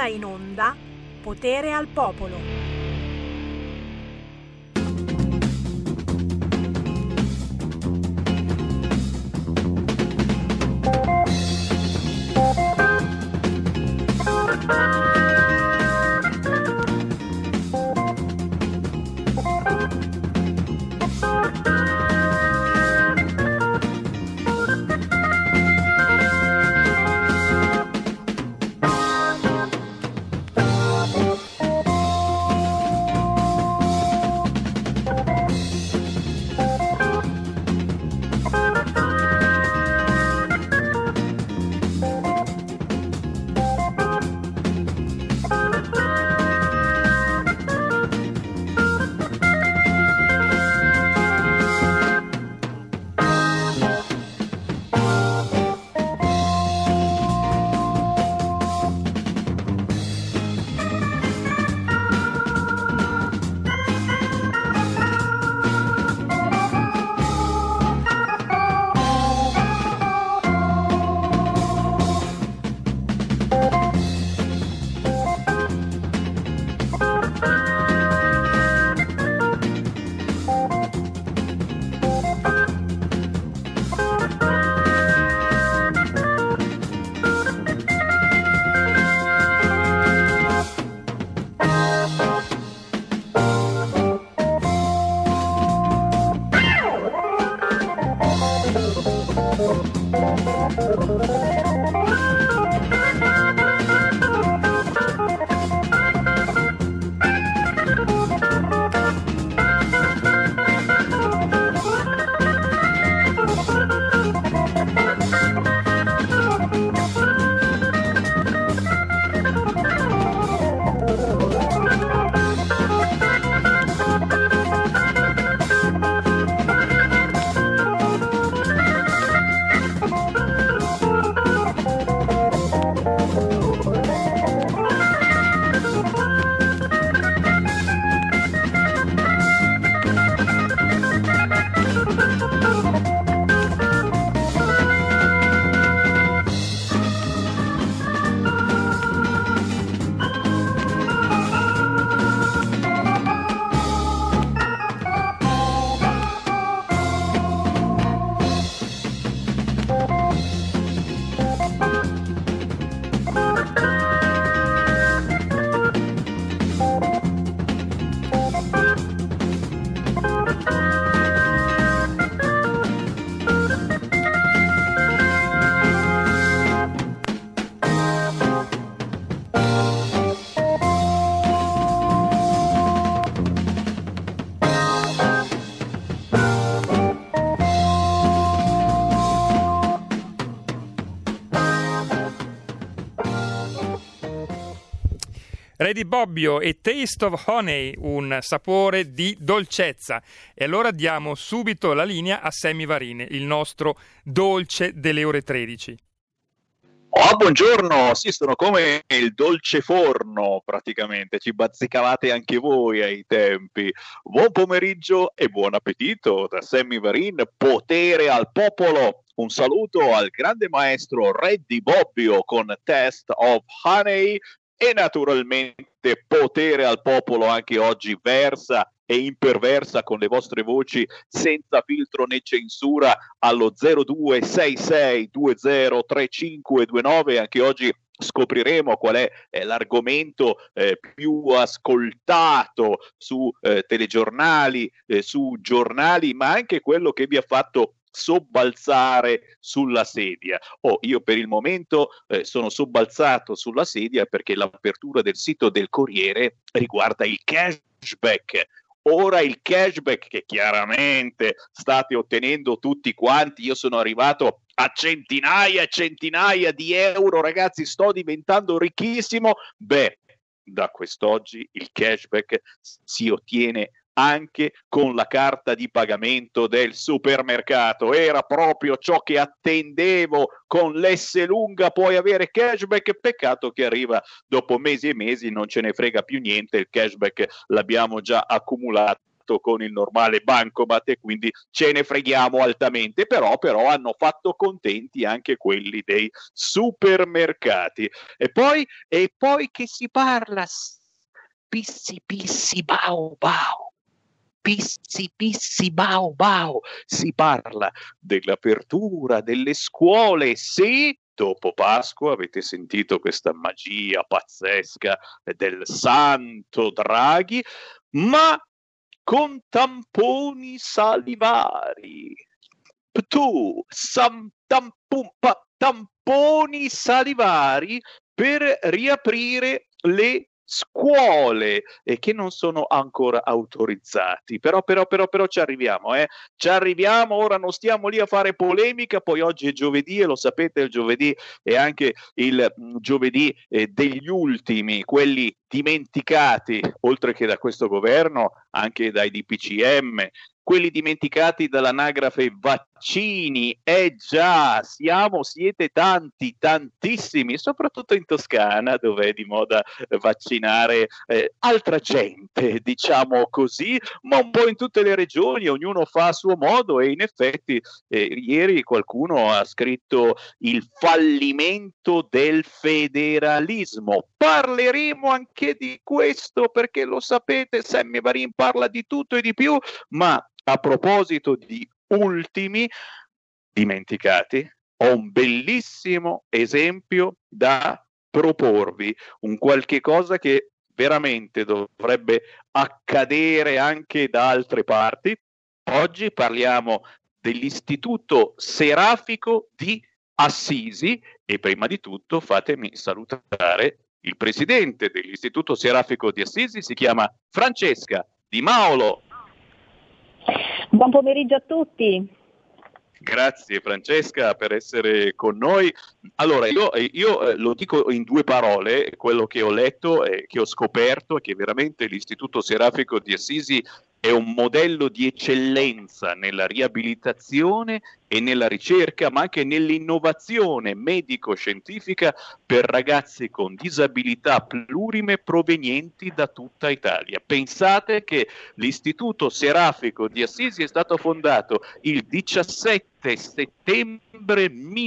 in onda Potere al Popolo. Ready Bobbio e Taste of Honey, un sapore di dolcezza. E allora diamo subito la linea a Sammy Varin, il nostro dolce delle ore 13. Oh, buongiorno, sì, sono come il dolce forno praticamente, ci bazzicavate anche voi ai tempi. Buon pomeriggio e buon appetito da Sammy Varin, Potere al Popolo. Un saluto al grande maestro Ready Bobbio con Taste of Honey e naturalmente Potere al Popolo anche oggi versa e imperversa con le vostre voci senza filtro né censura allo 0266203529. Anche oggi scopriremo qual è l'argomento più ascoltato su telegiornali, su giornali, ma anche quello che vi ha fatto sobbalzare sulla sedia. Io per il momento sono sobbalzato sulla sedia perché l'apertura del sito del Corriere riguarda il cashback. Ora il cashback che chiaramente state ottenendo tutti quanti, io sono arrivato a centinaia e centinaia di euro, ragazzi, sto diventando ricchissimo. Da quest'oggi il cashback si ottiene anche con la carta di pagamento del supermercato. Era proprio ciò che attendevo, con l'S lunga puoi avere cashback, peccato che arriva dopo mesi e mesi, non ce ne frega più niente, il cashback l'abbiamo già accumulato rapporto con il normale bancomat e quindi ce ne freghiamo altamente, però hanno fatto contenti anche quelli dei supermercati. E poi che si parla pissi pissi bau bau, pissi pissi bau bau, si parla dell'apertura delle scuole, sì. Dopo Pasqua avete sentito questa magia pazzesca del santo Draghi, ma con tamponi salivari. Tamponi salivari per riaprire le scuole che non sono ancora autorizzati, però ci arriviamo, ora non stiamo lì a fare polemica, poi oggi è giovedì e lo sapete, il giovedì è anche il giovedì degli ultimi, quelli dimenticati, oltre che da questo governo, anche dai DPCM, quelli dimenticati dall'anagrafe vaccini. Già, siete tanti, tantissimi, soprattutto in Toscana, dove è di moda vaccinare altra gente, diciamo così, ma un po' in tutte le regioni, ognuno fa a suo modo, e in effetti ieri qualcuno ha scritto il fallimento del federalismo. Parleremo anche di questo, perché lo sapete, Sammy Varin parla di tutto e di più, ma a proposito di ultimi dimenticati, ho un bellissimo esempio da proporvi, un qualche cosa che veramente dovrebbe accadere anche da altre parti. Oggi parliamo dell'Istituto Serafico di Assisi e prima di tutto fatemi salutare il presidente dell'Istituto Serafico di Assisi, si chiama Francesca Di Maolo. Buon pomeriggio a tutti. Grazie Francesca per essere con noi. Allora, io lo dico in due parole, quello che ho letto e che ho scoperto è che veramente l'Istituto Serafico di Assisi è un modello di eccellenza nella riabilitazione e nella ricerca, ma anche nell'innovazione medico-scientifica per ragazzi con disabilità plurime provenienti da tutta Italia. Pensate che l'Istituto Serafico di Assisi è stato fondato il 17 settembre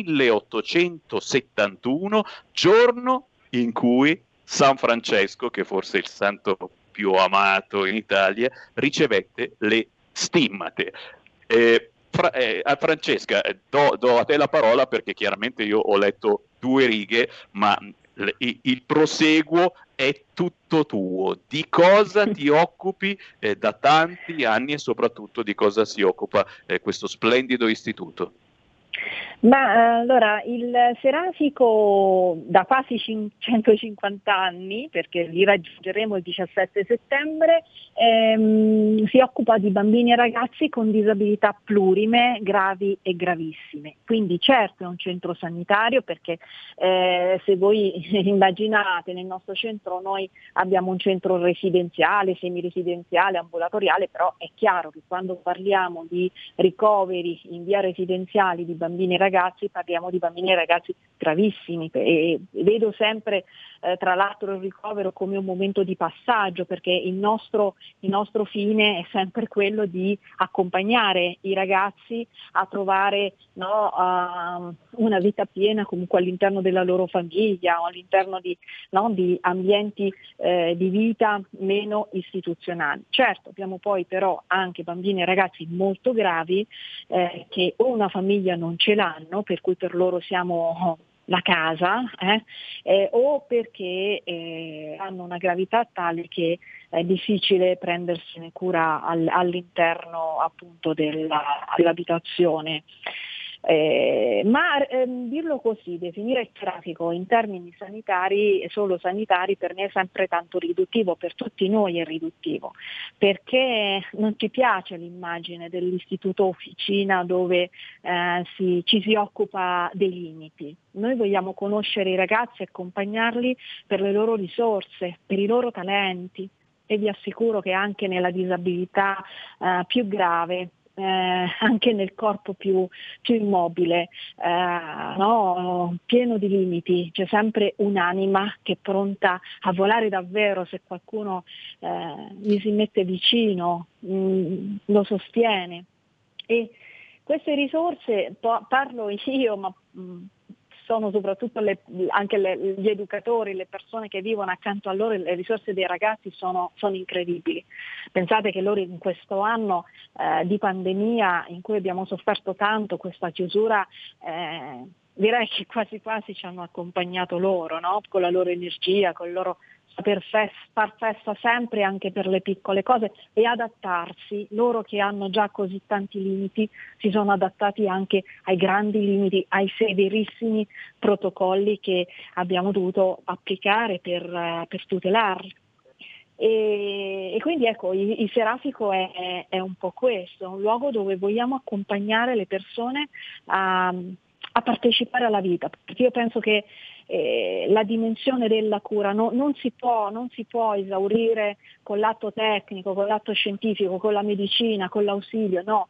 1871, giorno in cui San Francesco, che forse è il santo più amato in Italia, ricevette le stimmate. A Francesca do a te la parola, perché chiaramente io ho letto 2 righe, ma il proseguo è tutto tuo. Di cosa ti occupi da tanti anni e soprattutto di cosa si occupa questo splendido istituto? Ma allora, il Serafico da quasi 150 anni, perché li raggiungeremo il 17 settembre, si occupa di bambini e ragazzi con disabilità plurime, gravi e gravissime. Quindi certo è un centro sanitario, perché se voi immaginate, nel nostro centro noi abbiamo un centro residenziale, semiresidenziale, ambulatoriale, però è chiaro che quando parliamo di ricoveri in via residenziali di bambini e ragazzi, parliamo di bambini e ragazzi gravissimi, e vedo sempre tra l'altro il ricovero come un momento di passaggio, perché il nostro fine è sempre quello di accompagnare i ragazzi a trovare una vita piena comunque all'interno della loro famiglia o all'interno di ambienti di vita meno istituzionali. Certo, abbiamo poi però anche bambini e ragazzi molto gravi che o una famiglia non ce l'hanno, per cui per loro siamo la casa, o perché hanno una gravità tale che è difficile prendersene cura all'interno appunto dell'abitazione. Dirlo così, definire il traffico in termini sanitari, solo sanitari, per me è sempre tanto riduttivo, per tutti noi è riduttivo, perché non ci piace l'immagine dell'istituto officina dove ci si occupa dei limiti. Noi vogliamo conoscere i ragazzi e accompagnarli per le loro risorse, per i loro talenti, e vi assicuro che anche nella disabilità più grave anche nel corpo più immobile, no? Pieno di limiti, c'è sempre un'anima che è pronta a volare davvero se qualcuno gli si mette vicino, lo sostiene. E queste risorse, parlo io, ma sono soprattutto anche gli educatori, le persone che vivono accanto a loro, le risorse dei ragazzi sono incredibili. Pensate che loro in questo anno di pandemia in cui abbiamo sofferto tanto questa chiusura, direi che quasi quasi ci hanno accompagnato loro, no? Con la loro energia, con il loro saper far festa sempre anche per le piccole cose e adattarsi. Loro che hanno già così tanti limiti si sono adattati anche ai grandi limiti, ai severissimi protocolli che abbiamo dovuto applicare per tutelarli. E quindi ecco, il Serafico è un po' questo, un luogo dove vogliamo accompagnare le persone a partecipare alla vita, perché io penso che la dimensione della cura non si può esaurire con l'atto tecnico, con l'atto scientifico, con la medicina, con l'ausilio, no.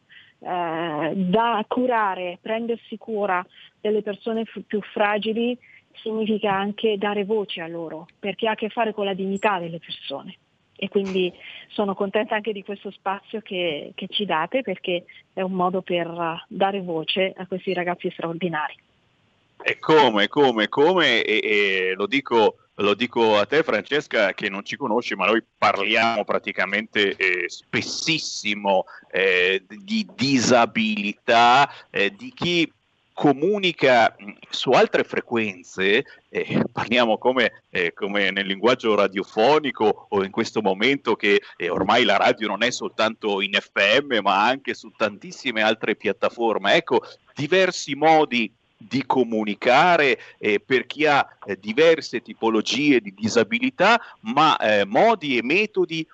Da curare, prendersi cura delle persone più fragili significa anche dare voce a loro, perché ha a che fare con la dignità delle persone. E quindi sono contenta anche di questo spazio che ci date, perché è un modo per dare voce a questi ragazzi straordinari. E come, e lo dico a te, Francesca, che non ci conosci, ma noi parliamo praticamente spessissimo di disabilità, di chi comunica su altre frequenze, parliamo come nel linguaggio radiofonico, o in questo momento che ormai la radio non è soltanto in FM ma anche su tantissime altre piattaforme. Ecco, diversi modi di comunicare per chi ha diverse tipologie di disabilità, ma modi e metodi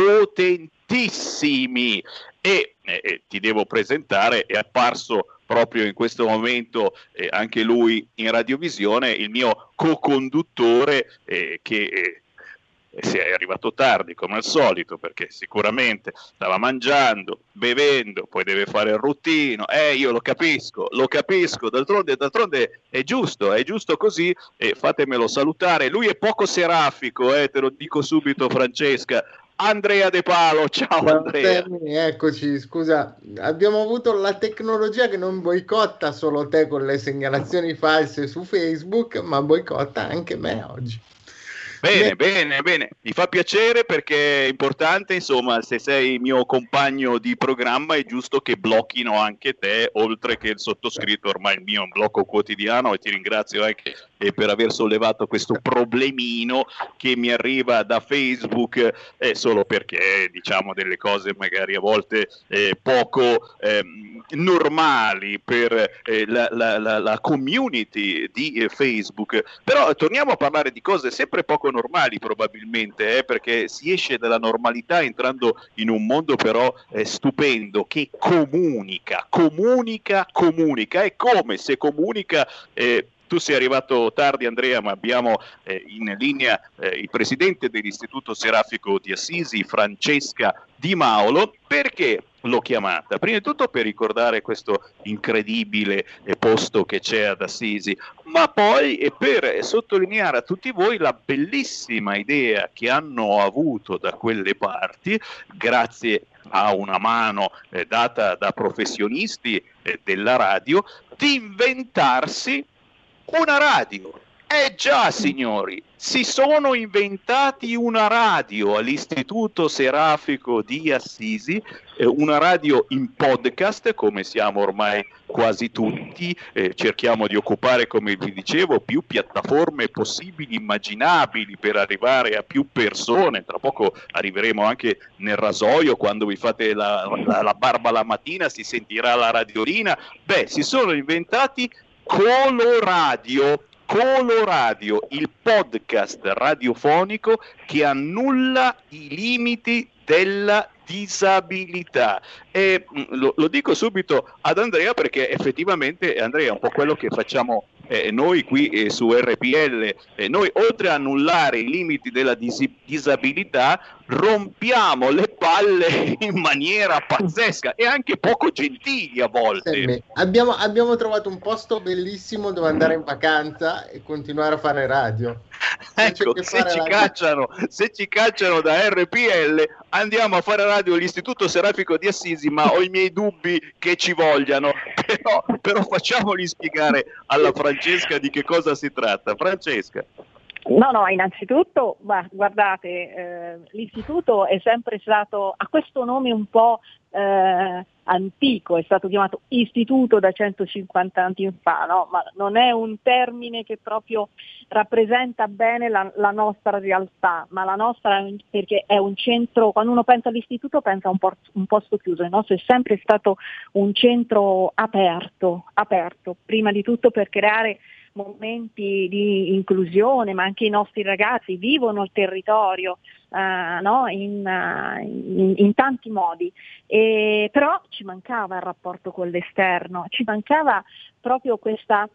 potentissimi. E ti devo presentare, è apparso proprio in questo momento anche lui in radiovisione, il mio co-conduttore che si è arrivato tardi come al solito, perché sicuramente stava mangiando, bevendo, poi deve fare il ruttino. Io lo capisco, d'altronde è giusto così. Fatemelo salutare, lui è poco serafico, te lo dico subito, Francesca. Andrea De Palo, ciao Andrea. Eccoci, scusa, abbiamo avuto la tecnologia che non boicotta solo te con le segnalazioni false su Facebook, ma boicotta anche me oggi. Bene, mi fa piacere, perché è importante, insomma, se sei mio compagno di programma è giusto che blocchino anche te, oltre che il sottoscritto. Ormai il mio è un blocco quotidiano, e ti ringrazio anche per aver sollevato questo problemino che mi arriva da Facebook, solo perché diciamo delle cose magari a volte poco normali per la community di Facebook. Però torniamo a parlare di cose sempre poco normali, probabilmente, perché si esce dalla normalità entrando in un mondo però stupendo, che comunica. E come se comunica. Tu sei arrivato tardi, Andrea, ma abbiamo in linea il presidente dell'Istituto Serafico di Assisi, Francesca Di Maulo. Perché l'ho chiamata? Prima di tutto per ricordare questo incredibile posto che c'è ad Assisi, ma poi per sottolineare a tutti voi la bellissima idea che hanno avuto da quelle parti, grazie a una mano data da professionisti della radio, di inventarsi una radio. Già, signori, si sono inventati una radio all'Istituto Serafico di Assisi, una radio in podcast, come siamo ormai quasi tutti. Cerchiamo di occupare, come vi dicevo, più piattaforme possibili, immaginabili, per arrivare a più persone. Tra poco arriveremo anche nel rasoio, quando vi fate la barba la mattina si sentirà la radiolina. Si sono inventati Coloradio, il podcast radiofonico che annulla i limiti della disabilità. E lo dico subito ad Andrea, perché effettivamente, Andrea, è un po' quello che facciamo noi qui su RPL. Noi, oltre a annullare i limiti della disabilità, rompiamo le palle palle in maniera pazzesca e anche poco gentili a volte. Abbiamo trovato un posto bellissimo dove andare in vacanza e continuare a fare radio. Ecco, se ci cacciano da RPL, andiamo a fare radio all'Istituto Serafico di Assisi, ma ho i miei dubbi che ci vogliano. Però facciamoli spiegare alla Francesca di che cosa si tratta. Francesca. No, innanzitutto, guardate, l'istituto è sempre stato, ha questo nome un po' antico, è stato chiamato istituto da 150 anni fa, no? Ma non è un termine che proprio rappresenta bene la nostra realtà, ma la nostra, perché è un centro, quando uno pensa all'istituto pensa a un posto chiuso, il nostro è sempre stato un centro aperto, prima di tutto per creare momenti di inclusione, ma anche i nostri ragazzi vivono il territorio no? in tanti modi, però ci mancava il rapporto con l'esterno, ci mancava proprio questa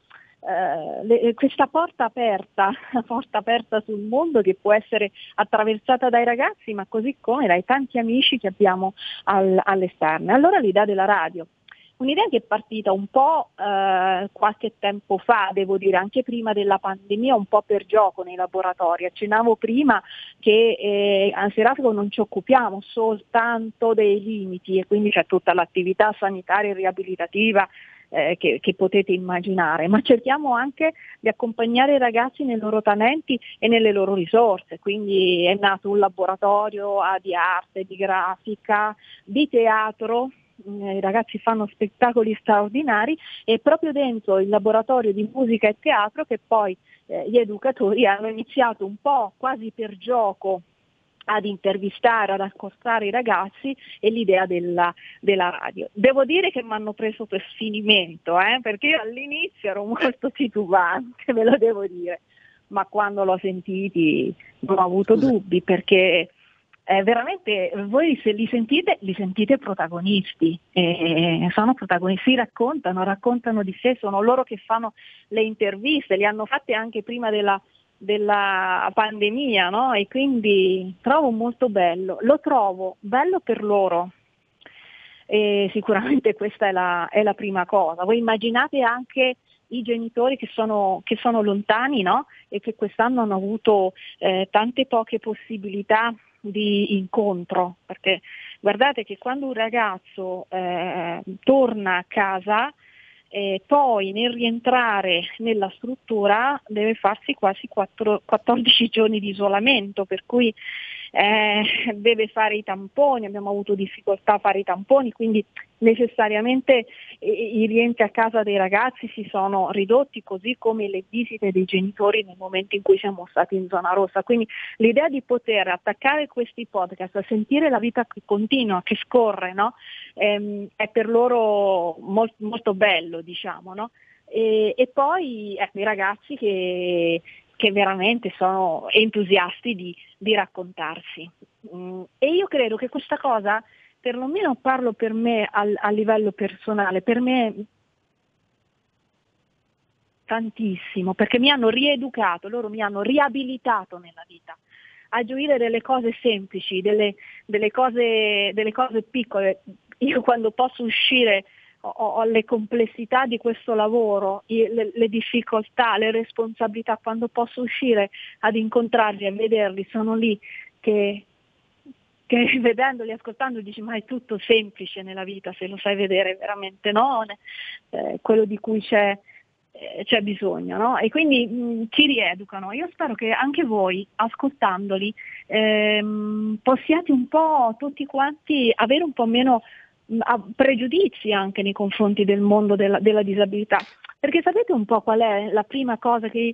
porta aperta sul mondo che può essere attraversata dai ragazzi, ma così come dai tanti amici che abbiamo all'esterno. Allora l'idea della radio, un'idea che è partita un po' qualche tempo fa, devo dire, anche prima della pandemia, un po' per gioco nei laboratori. Accennavo prima che a Serafico non ci occupiamo soltanto dei limiti e quindi c'è tutta l'attività sanitaria e riabilitativa che potete immaginare, ma cerchiamo anche di accompagnare i ragazzi nei loro talenti e nelle loro risorse, quindi è nato un laboratorio di arte, di grafica, di teatro. I ragazzi fanno spettacoli straordinari e proprio dentro il laboratorio di musica e teatro che poi gli educatori hanno iniziato un po' quasi per gioco ad intervistare, ad accostare i ragazzi e l'idea della radio. Devo dire che mi hanno preso per sfinimento, perché io all'inizio ero molto titubante, ve lo devo dire, ma quando l'ho sentiti non ho avuto dubbi, perché veramente voi se li sentite protagonisti, sono protagonisti, raccontano di sé, sono loro che fanno le interviste, le hanno fatte anche prima della pandemia, no? E quindi trovo molto bello, lo trovo bello per loro. E sicuramente questa è la prima cosa. Voi immaginate anche i genitori che sono lontani, no? E che quest'anno hanno avuto tante poche possibilità di incontro, perché guardate che quando un ragazzo torna a casa poi nel rientrare nella struttura deve farsi quasi 14 giorni di isolamento, per cui deve fare i tamponi, abbiamo avuto difficoltà a fare i tamponi, quindi necessariamente i rientri a casa dei ragazzi si sono ridotti, così come le visite dei genitori nel momento in cui siamo stati in zona rossa. Quindi l'idea di poter attaccare questi podcast, sentire la vita che continua, che scorre, no? È per loro molto bello, diciamo, no? E poi i ragazzi che veramente sono entusiasti di raccontarsi. E io credo che questa cosa, perlomeno parlo per me a livello personale, per me tantissimo, perché mi hanno rieducato, loro mi hanno riabilitato nella vita, a gioire delle cose semplici, delle cose piccole. Io quando posso uscire ho le complessità di questo lavoro, le difficoltà, le responsabilità, quando posso uscire ad incontrarli e vederli, sono lì che vedendoli, ascoltandoli, dici ma è tutto semplice nella vita se lo sai vedere, veramente no, quello di cui c'è bisogno, no? E quindi ci rieducano. Io spero che anche voi, ascoltandoli, possiate un po' tutti quanti avere un po' meno pregiudizi anche nei confronti del mondo della disabilità, perché sapete un po' qual è la prima cosa che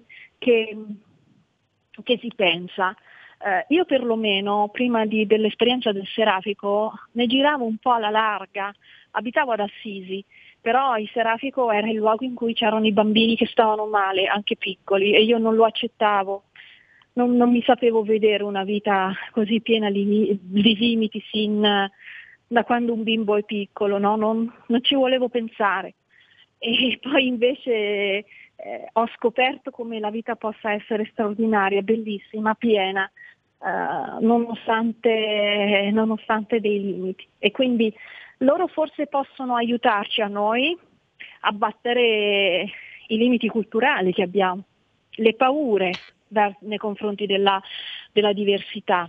si pensa? Io perlomeno prima dell'esperienza del Serafico ne giravo un po' alla larga, abitavo ad Assisi, però il Serafico era il luogo in cui c'erano i bambini che stavano male, anche piccoli, e io non lo accettavo. Non mi sapevo vedere una vita così piena di limiti da quando un bimbo è piccolo, no? Non ci volevo pensare. E poi invece ho scoperto come la vita possa essere straordinaria, bellissima, piena. nonostante dei limiti, e quindi loro forse possono aiutarci a noi a battere i limiti culturali che abbiamo, le paure nei confronti della diversità.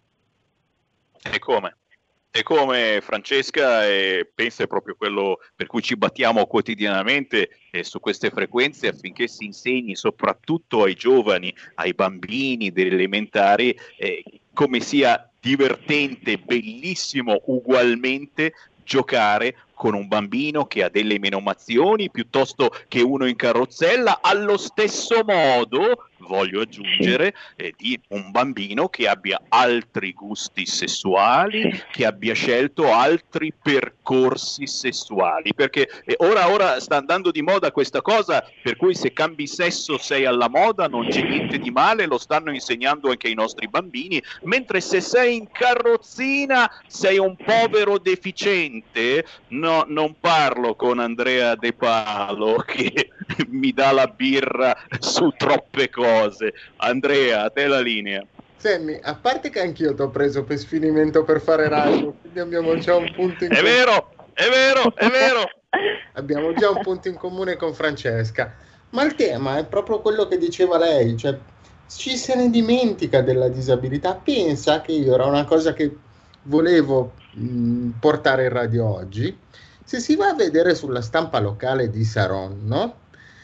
E come Francesca, penso è proprio quello per cui ci battiamo quotidianamente su queste frequenze, affinché si insegni soprattutto ai giovani, ai bambini delle elementari, come sia divertente, bellissimo ugualmente giocare con un bambino che ha delle menomazioni piuttosto che uno in carrozzella, allo stesso modo, voglio aggiungere, di un bambino che abbia altri gusti sessuali, che abbia scelto altri percorsi sessuali, perché ora sta andando di moda questa cosa per cui se cambi sesso sei alla moda, non c'è niente di male, lo stanno insegnando anche ai nostri bambini, mentre se sei in carrozzina sei un povero deficiente. No, non parlo con Andrea De Palo che mi dà la birra su troppe cose. Andrea, a te la linea. Sammy, a parte che anch'io ti ho preso per sfinimento per fare radio, quindi abbiamo già un punto in comune. È vero. Abbiamo già un punto in comune con Francesca. Ma il tema è proprio quello che diceva lei, cioè ci se ne dimentica della disabilità. Pensa che io era una cosa che volevo portare in radio oggi. Se si va a vedere sulla stampa locale di Saronno,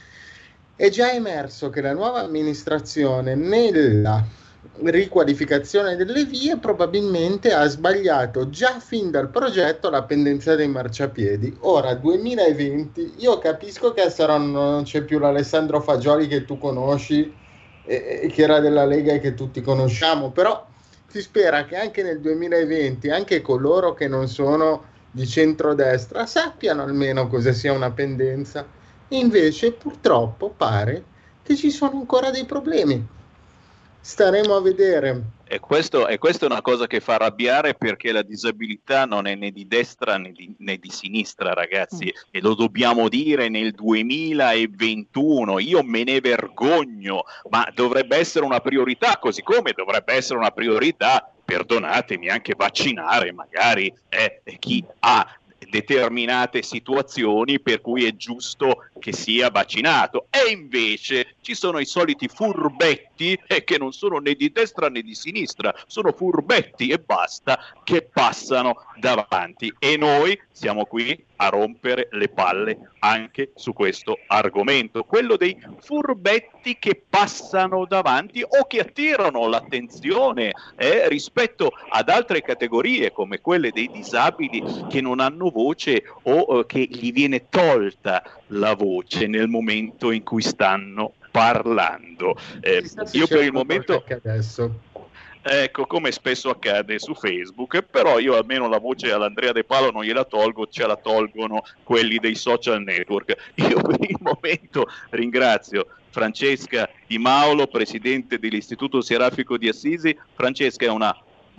è già emerso che la nuova amministrazione nella riqualificazione delle vie probabilmente ha sbagliato già fin dal progetto la pendenza dei marciapiedi. Ora 2020, io capisco che a Saronno non c'è più l'Alessandro Fagioli che tu conosci che era della Lega e che tutti conosciamo, però si spera che anche nel 2020 anche coloro che non sono di centrodestra sappiano almeno cosa sia una pendenza. Invece purtroppo pare che ci sono ancora dei problemi. Staremo a vedere. E questo è una cosa che fa arrabbiare, perché la disabilità non è né di destra né di sinistra, ragazzi, e lo dobbiamo dire nel 2021. Io me ne vergogno, ma dovrebbe essere una priorità, così come dovrebbe essere una priorità, perdonatemi, anche vaccinare magari chi ha determinate situazioni per cui è giusto che sia vaccinato, e invece ci sono i soliti furbetti che non sono né di destra né di sinistra, sono furbetti e basta, che passano davanti, e noi siamo qui a rompere le palle anche su questo argomento, quello dei furbetti che passano davanti o che attirano l'attenzione rispetto ad altre categorie come quelle dei disabili che non hanno voce o che gli viene tolta la voce nel momento in cui stanno parlando. Io per il momento adesso. Ecco, come spesso accade su Facebook, però io almeno la voce all'Andrea De Palo non gliela tolgo, ce la tolgono quelli dei social network. Io per il momento ringrazio Francesca Di Maulo, presidente dell'Istituto Serafico di Assisi. Francesca, è una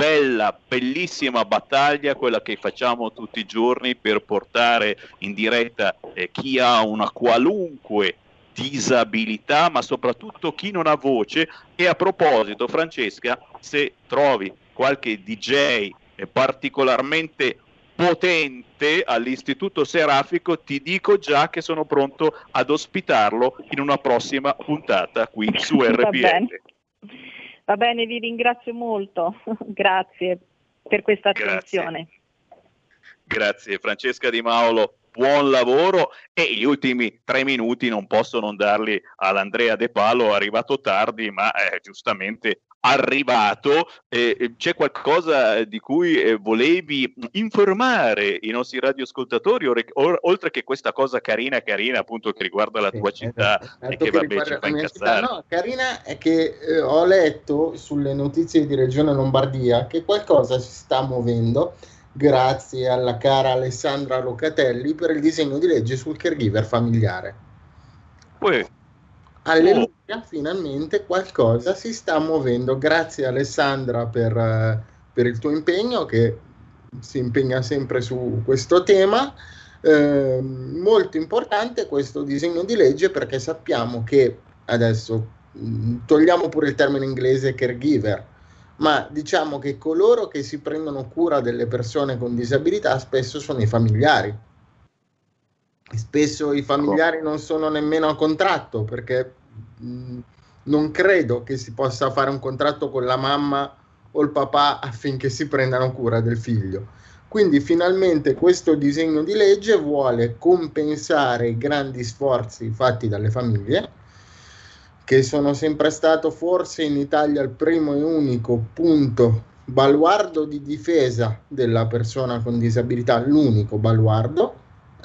bellissima battaglia quella che facciamo tutti i giorni per portare in diretta chi ha una qualunque disabilità, ma soprattutto chi non ha voce. E a proposito, Francesca, se trovi qualche DJ particolarmente potente all'Istituto Serafico, ti dico già che sono pronto ad ospitarlo in una prossima puntata qui su RPL. Va bene, vi ringrazio molto. Grazie per questa attenzione. Grazie Francesca Di Maulo. Buon lavoro, e gli ultimi 3 minuti non posso non darli all'Andrea De Palo, arrivato tardi ma giustamente arrivato. C'è qualcosa di cui volevi informare i nostri radioascoltatori, oltre che questa cosa carina appunto che riguarda la tua città e che vabbè ci fa incazzare? No, carina è che ho letto sulle notizie di Regione Lombardia che qualcosa si sta muovendo grazie alla cara Alessandra Locatelli per il disegno di legge sul caregiver familiare. Alleluia, finalmente qualcosa si sta muovendo. Grazie Alessandra per il tuo impegno, che si impegna sempre su questo tema. Molto importante questo disegno di legge, perché sappiamo che adesso togliamo pure il termine inglese caregiver, ma diciamo che coloro che si prendono cura delle persone con disabilità spesso sono i familiari. Spesso i familiari non sono nemmeno a contratto, perché non credo che si possa fare un contratto con la mamma o il papà affinché si prendano cura del figlio. Quindi finalmente questo disegno di legge vuole compensare i grandi sforzi fatti dalle famiglie, che sono sempre stato forse in Italia il primo e unico punto baluardo di difesa della persona con disabilità, l'unico baluardo,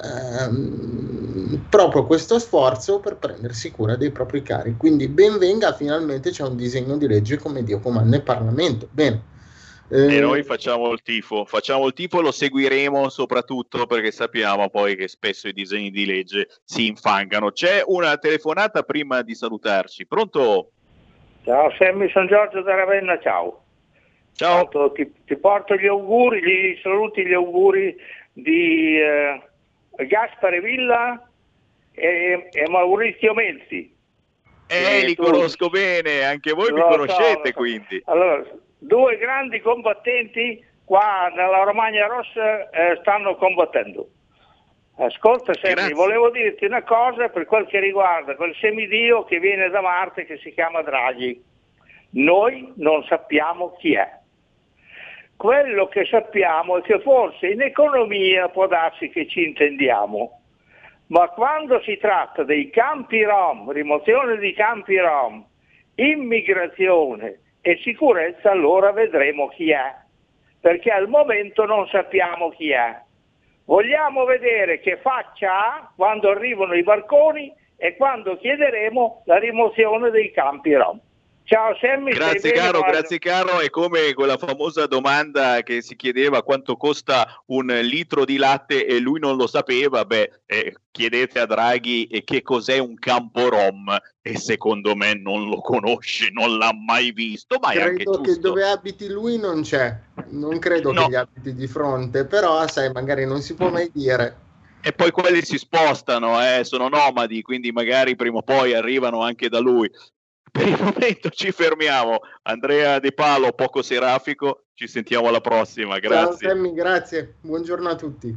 proprio questo sforzo per prendersi cura dei propri cari. Quindi ben venga, finalmente c'è un disegno di legge come Dio comanda in Parlamento. Bene. E noi facciamo il tifo, lo seguiremo soprattutto perché sappiamo poi che spesso i disegni di legge si infangano. C'è una telefonata prima di salutarci. Pronto? Ciao Sammy, sono Giorgio da Ravenna, ciao. Ciao. Ti porto gli auguri, gli auguri di Gaspare Villa e Maurizio Melzi. Li conosco bene, anche voi mi conoscete quindi. Allora, due grandi combattenti qua nella Romagna Rossa stanno combattendo. Ascolta Sammy, volevo dirti una cosa per quel che riguarda quel semidio che viene da Marte che si chiama Draghi. Noi non sappiamo chi è. Quello che sappiamo è che forse in economia può darsi che ci intendiamo, ma quando si tratta dei campi Rom, rimozione di campi Rom, immigrazione e sicurezza, allora vedremo chi è, perché al momento non sappiamo chi è. Vogliamo vedere che faccia ha quando arrivano i barconi e quando chiederemo la rimozione dei campi Rom. Ciao Sammy, grazie caro, è come quella famosa domanda che si chiedeva quanto costa un litro di latte e lui non lo sapeva. Chiedete a Draghi che cos'è un campo Rom e secondo me non lo conosce, non l'ha mai visto, ma è anche giusto. Credo che dove abiti lui non c'è, non credo che gli abiti di fronte, però sai, magari non si può mai dire. E poi quelli si spostano, sono nomadi, quindi magari prima o poi arrivano anche da lui. Per il momento ci fermiamo. Andrea De Palo, poco serafico, ci sentiamo alla prossima, grazie. Ciao Sammy, grazie, buongiorno a tutti.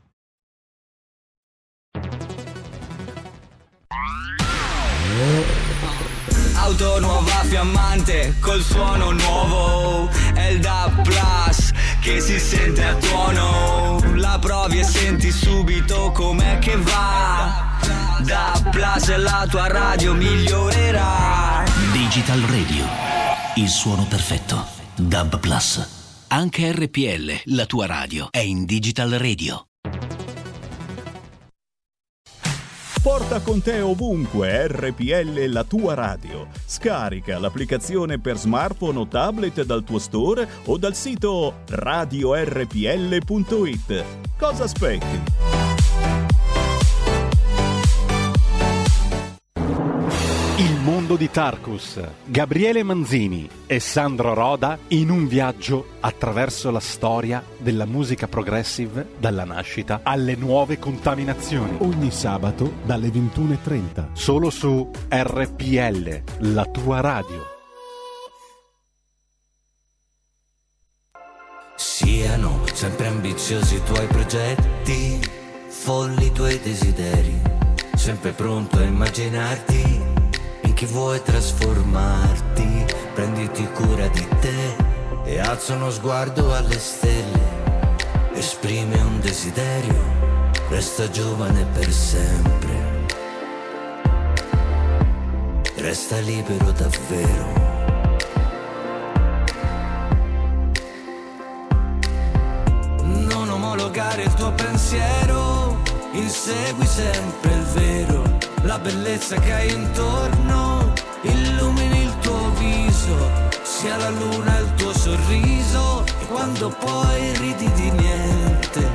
Auto nuova fiammante col suono nuovo, è il DAB Plus che si sente a tuono, la provi e senti subito com'è che va. DAB Plus e la tua radio migliorerà. Digital Radio, il suono perfetto. DAB Plus, anche RPL, la tua radio, è in Digital Radio. Porta con te ovunque RPL, la tua radio. Scarica l'applicazione per smartphone o tablet dal tuo store o dal sito radiorpl.it. Cosa aspetti? Il mondo di Tarkus, Gabriele Manzini e Sandro Roda in un viaggio attraverso la storia della musica progressive dalla nascita alle nuove contaminazioni. Ogni sabato dalle 21:30. Solo su RPL, la tua radio. Siano sempre ambiziosi i tuoi progetti, folli i tuoi desideri, sempre pronto a immaginarti in chi vuoi trasformarti. Prenditi cura di te e alza uno sguardo alle stelle, esprime un desiderio, resta giovane per sempre, resta libero davvero. Non omologare il tuo pensiero, insegui sempre il vero, la bellezza che hai intorno, illumini il tuo viso, sia la luna il tuo sorriso, e quando poi ridi di niente,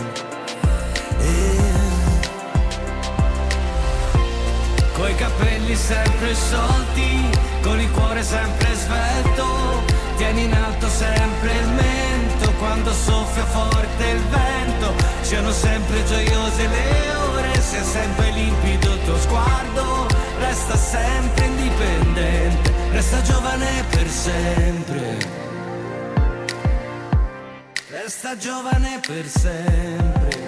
coi capelli sempre sciolti, con il cuore sempre svelto, tieni in alto sempre il mento, quando soffia forte il vento, siano sempre gioiose le ore, sia sempre limpido il tuo sguardo, resta sempre indipendente, resta giovane per sempre. resta giovane per sempre.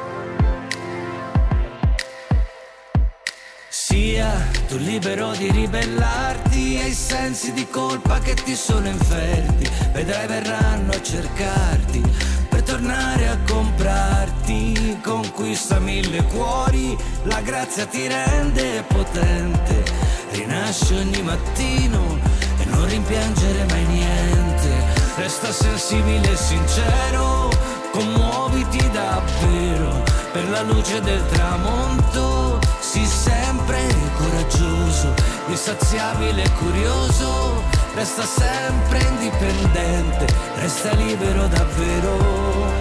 Sia tu libero di ribellarti ai sensi di colpa che ti sono inferti. Vedrai verranno a cercarti per tornare a comprarti. Conquista 1000 cuori, la grazia ti rende potente. Rinasci ogni mattino e non rimpiangere mai niente. Resta sensibile e sincero, commuoviti davvero. Per la luce del tramonto sii sempre coraggioso, insaziabile e curioso. Resta sempre indipendente, resta libero davvero.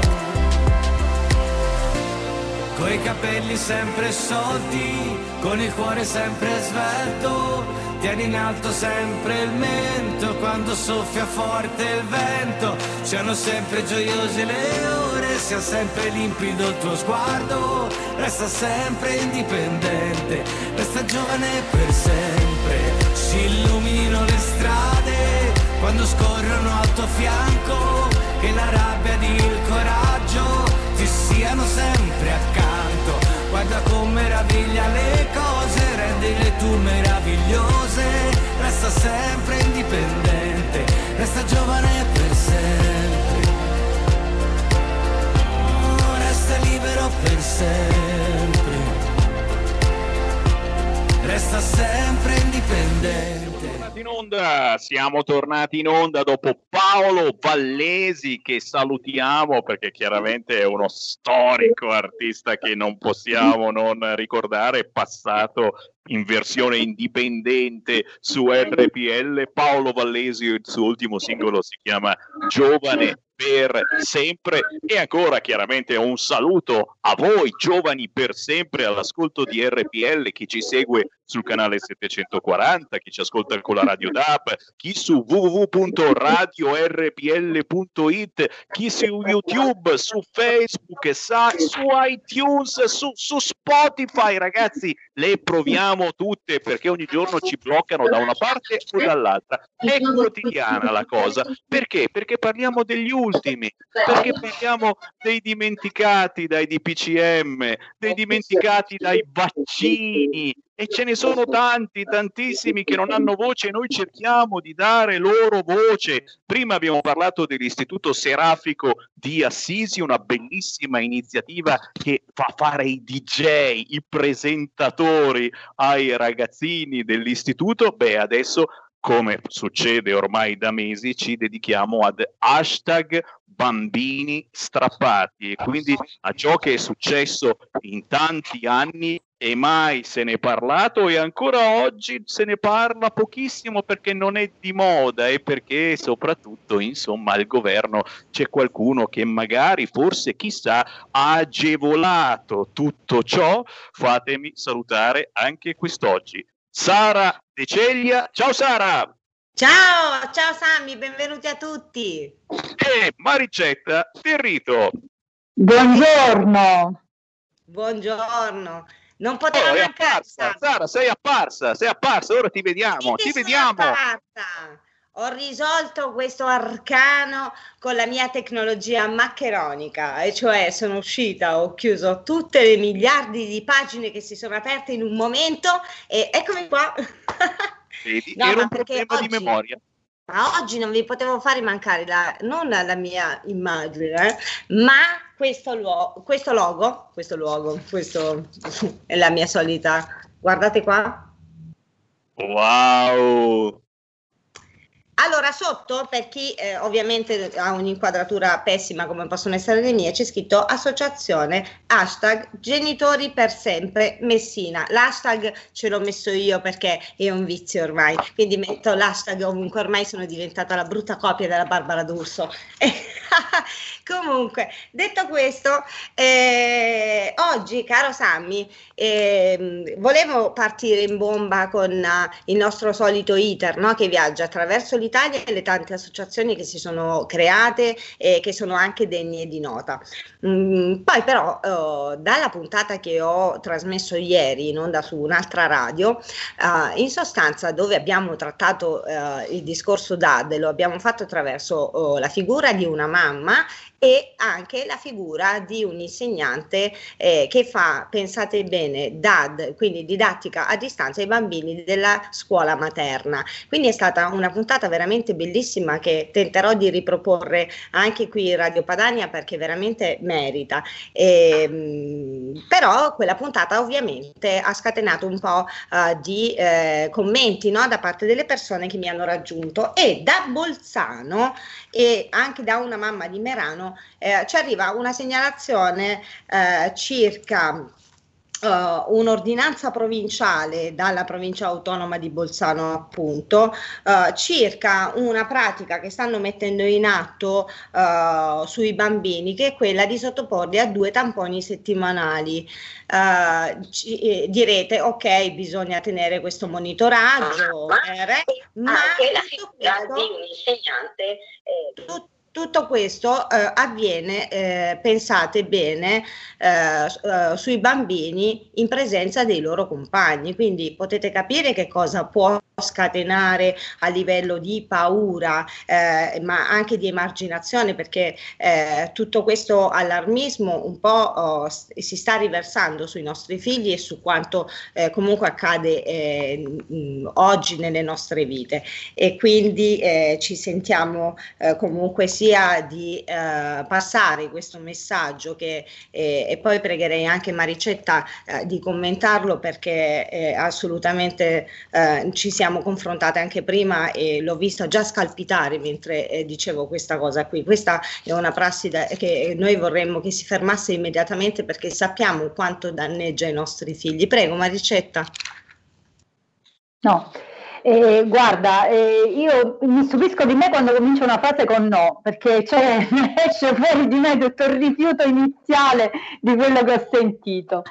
Coi capelli sempre sciolti, con il cuore sempre svelto. Tieni in alto sempre il mento, quando soffia forte il vento. Siano sempre gioiose le ore, sia sempre limpido il tuo sguardo. Resta sempre indipendente, resta giovane per sempre. Si illuminino le strade, quando scorrono al tuo fianco. Che la rabbia ed il coraggio ti siano sempre accanto. Guarda con meraviglia le cose, rendile tu meravigliose. Resta sempre indipendente, resta giovane per sempre. Oh, resta libero per sempre. Resta sempre indipendente. Siamo tornati in onda dopo Paolo Vallesi, che salutiamo perché chiaramente è uno storico artista che non possiamo non ricordare, passato in versione indipendente su RPL. Paolo Vallesi, il suo ultimo singolo si chiama Giovane per sempre. E ancora chiaramente un saluto a voi giovani per sempre all'ascolto di RPL, chi ci segue sul canale 740, chi ci ascolta con la Radio DAB, chi su www.radiorpl.it, chi su YouTube, su Facebook, su iTunes, su Spotify. Ragazzi, le proviamo tutte perché ogni giorno ci bloccano da una parte o dall'altra. È quotidiana la cosa. Perché? Perché parliamo degli ultimi, perché parliamo dei dimenticati dai DPCM, dei dimenticati dai vaccini. E ce ne sono tanti, tantissimi che non hanno voce e noi cerchiamo di dare loro voce. Prima abbiamo parlato dell'Istituto Serafico di Assisi, una bellissima iniziativa che fa fare i DJ, i presentatori ai ragazzini dell'istituto. Beh, adesso, come succede ormai da mesi, ci dedichiamo ad #bambini strappati, e quindi a ciò che è successo in tanti anni e mai se ne è parlato, e ancora oggi se ne parla pochissimo perché non è di moda e perché soprattutto, insomma, al governo c'è qualcuno che magari, forse, chissà, ha agevolato tutto ciò. Fatemi salutare anche quest'oggi Sara De Ceglia. Ciao Sara! Ciao Sammy, benvenuti a tutti. E Maricetta Territo. Buongiorno. Non poteva mancare. Sara, sei apparsa, ora ti vediamo. Ho risolto questo arcano con la mia tecnologia maccheronica, e cioè sono uscita, ho chiuso tutte le miliardi di pagine che si sono aperte in un momento e eccomi qua. Vedi, no, era un problema di memoria. Ma oggi non vi potevo fare mancare non la mia immagine, ma questo logo, questo è la mia solita. Guardate qua. Wow! Allora, sotto, per chi ovviamente ha un'inquadratura pessima come possono essere le mie, c'è scritto associazione #genitori per sempre Messina. L'hashtag ce l'ho messo io perché è un vizio ormai, quindi metto l'hashtag ovunque, ormai sono diventata la brutta copia della Barbara D'Urso. Comunque, detto questo, oggi, caro Sammy, volevo partire in bomba con il nostro solito iter, no? Che viaggia attraverso l'Italia e le tante associazioni che si sono create e che sono anche degne di nota. Poi però dalla puntata che ho trasmesso ieri in onda su un'altra radio, in sostanza, dove abbiamo trattato il discorso DAD, lo abbiamo fatto attraverso la figura di una mamma e anche la figura di un insegnante che fa, pensate bene, DAD, quindi didattica a distanza ai bambini della scuola materna. Quindi è stata una puntata veramente bellissima che tenterò di riproporre anche qui in Radio Padania perché veramente merita. Però quella puntata ovviamente ha scatenato un po' di commenti, no? Da parte delle persone che mi hanno raggiunto, e da Bolzano e anche da una mamma di Merano ci arriva una segnalazione circa un'ordinanza provinciale dalla provincia autonoma di Bolzano, appunto, circa una pratica che stanno mettendo in atto sui bambini, che è quella di sottoporli a 2 tamponi settimanali. Direte ok, bisogna tenere questo monitoraggio, ma anche la figura di un insegnante tutto questo avviene, pensate bene, sui bambini in presenza dei loro compagni, quindi potete capire che cosa può scatenare a livello di paura, ma anche di emarginazione, perché tutto questo allarmismo un po' si sta riversando sui nostri figli e su quanto comunque accade oggi nelle nostre vite, e quindi ci sentiamo comunque sia di passare questo messaggio e poi pregherei anche Maricetta di commentarlo, perché assolutamente ci siamo confrontate anche prima e l'ho vista già scalpitare mentre dicevo questa cosa qui. Questa è una prassi che noi vorremmo che si fermasse immediatamente, perché sappiamo quanto danneggia i nostri figli. Prego Maricetta. No. Guarda, io mi stupisco di me quando comincio una frase con no, perché cioè esce fuori di me tutto il rifiuto iniziale di quello che ho sentito.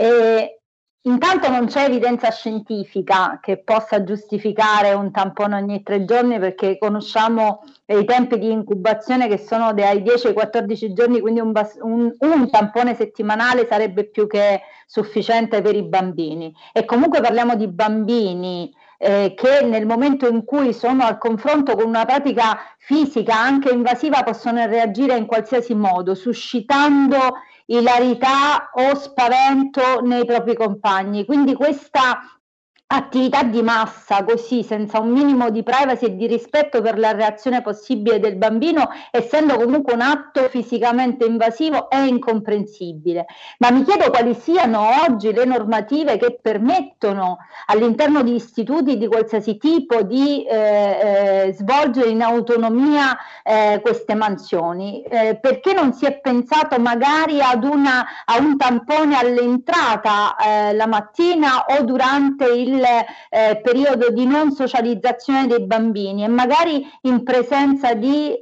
Intanto non c'è evidenza scientifica che possa giustificare un tampone ogni 3 giorni, perché conosciamo i tempi di incubazione che sono dai 10 ai 14 giorni, quindi un tampone settimanale sarebbe più che sufficiente per i bambini. E comunque parliamo di bambini che nel momento in cui sono al confronto con una pratica fisica anche invasiva possono reagire in qualsiasi modo, suscitando ilarità o spavento nei propri compagni. Quindi questa attività di massa così, senza un minimo di privacy e di rispetto per la reazione possibile del bambino, essendo comunque un atto fisicamente invasivo, è incomprensibile. Ma mi chiedo quali siano oggi le normative che permettono all'interno di istituti di qualsiasi tipo di svolgere in autonomia queste mansioni. Perché non si è pensato magari a un tampone all'entrata la mattina o durante il periodo di non socializzazione dei bambini, e magari in presenza di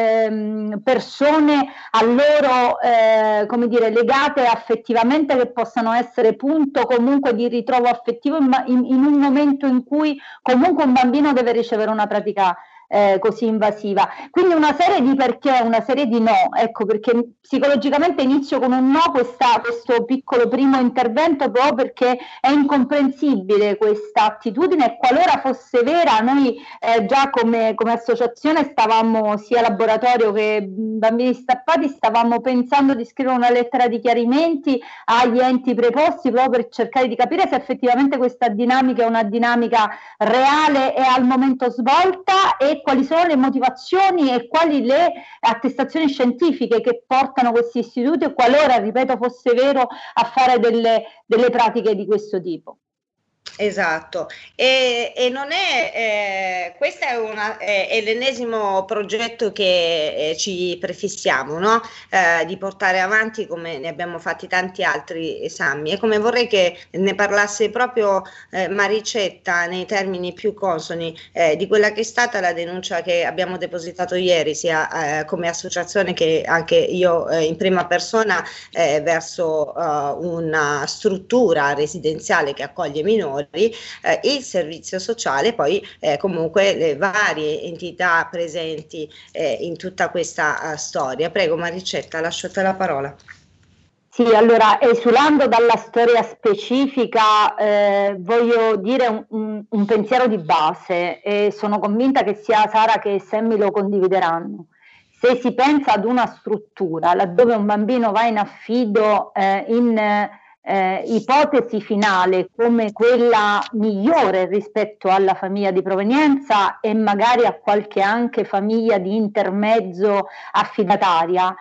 persone a loro come dire, legate affettivamente, che possano essere punto comunque di ritrovo affettivo in un momento in cui comunque un bambino deve ricevere una pratica così invasiva. Quindi una serie di perché, una serie di no, ecco perché psicologicamente inizio con un no questo piccolo primo intervento, proprio perché è incomprensibile questa attitudine, e qualora fosse vera noi già come associazione stavamo, sia laboratorio che bambini stappati, stavamo pensando di scrivere una lettera di chiarimenti agli enti preposti, proprio per cercare di capire se effettivamente questa dinamica è una dinamica reale e al momento svolta, e quali sono le motivazioni e quali le attestazioni scientifiche che portano questi istituti, qualora, ripeto, fosse vero, a fare delle pratiche di questo tipo. Esatto, e non è questo è l'ennesimo progetto che ci prefissiamo, no? Di portare avanti, come ne abbiamo fatti tanti altri, Sammy, e come vorrei che ne parlasse proprio Maricetta nei termini più consoni di quella che è stata la denuncia che abbiamo depositato ieri, sia come associazione che anche io in prima persona verso una struttura residenziale che accoglie minori, il servizio sociale, poi comunque le varie entità presenti in tutta questa storia. Prego Maricetta, lascio a te la parola. Sì, allora, esulando dalla storia specifica, voglio dire un pensiero di base, e sono convinta che sia Sara che Sammy lo condivideranno. se si pensa ad una struttura laddove un bambino va in affido in ipotesi finale come quella migliore rispetto alla famiglia di provenienza e magari a qualche anche famiglia di intermezzo affidataria,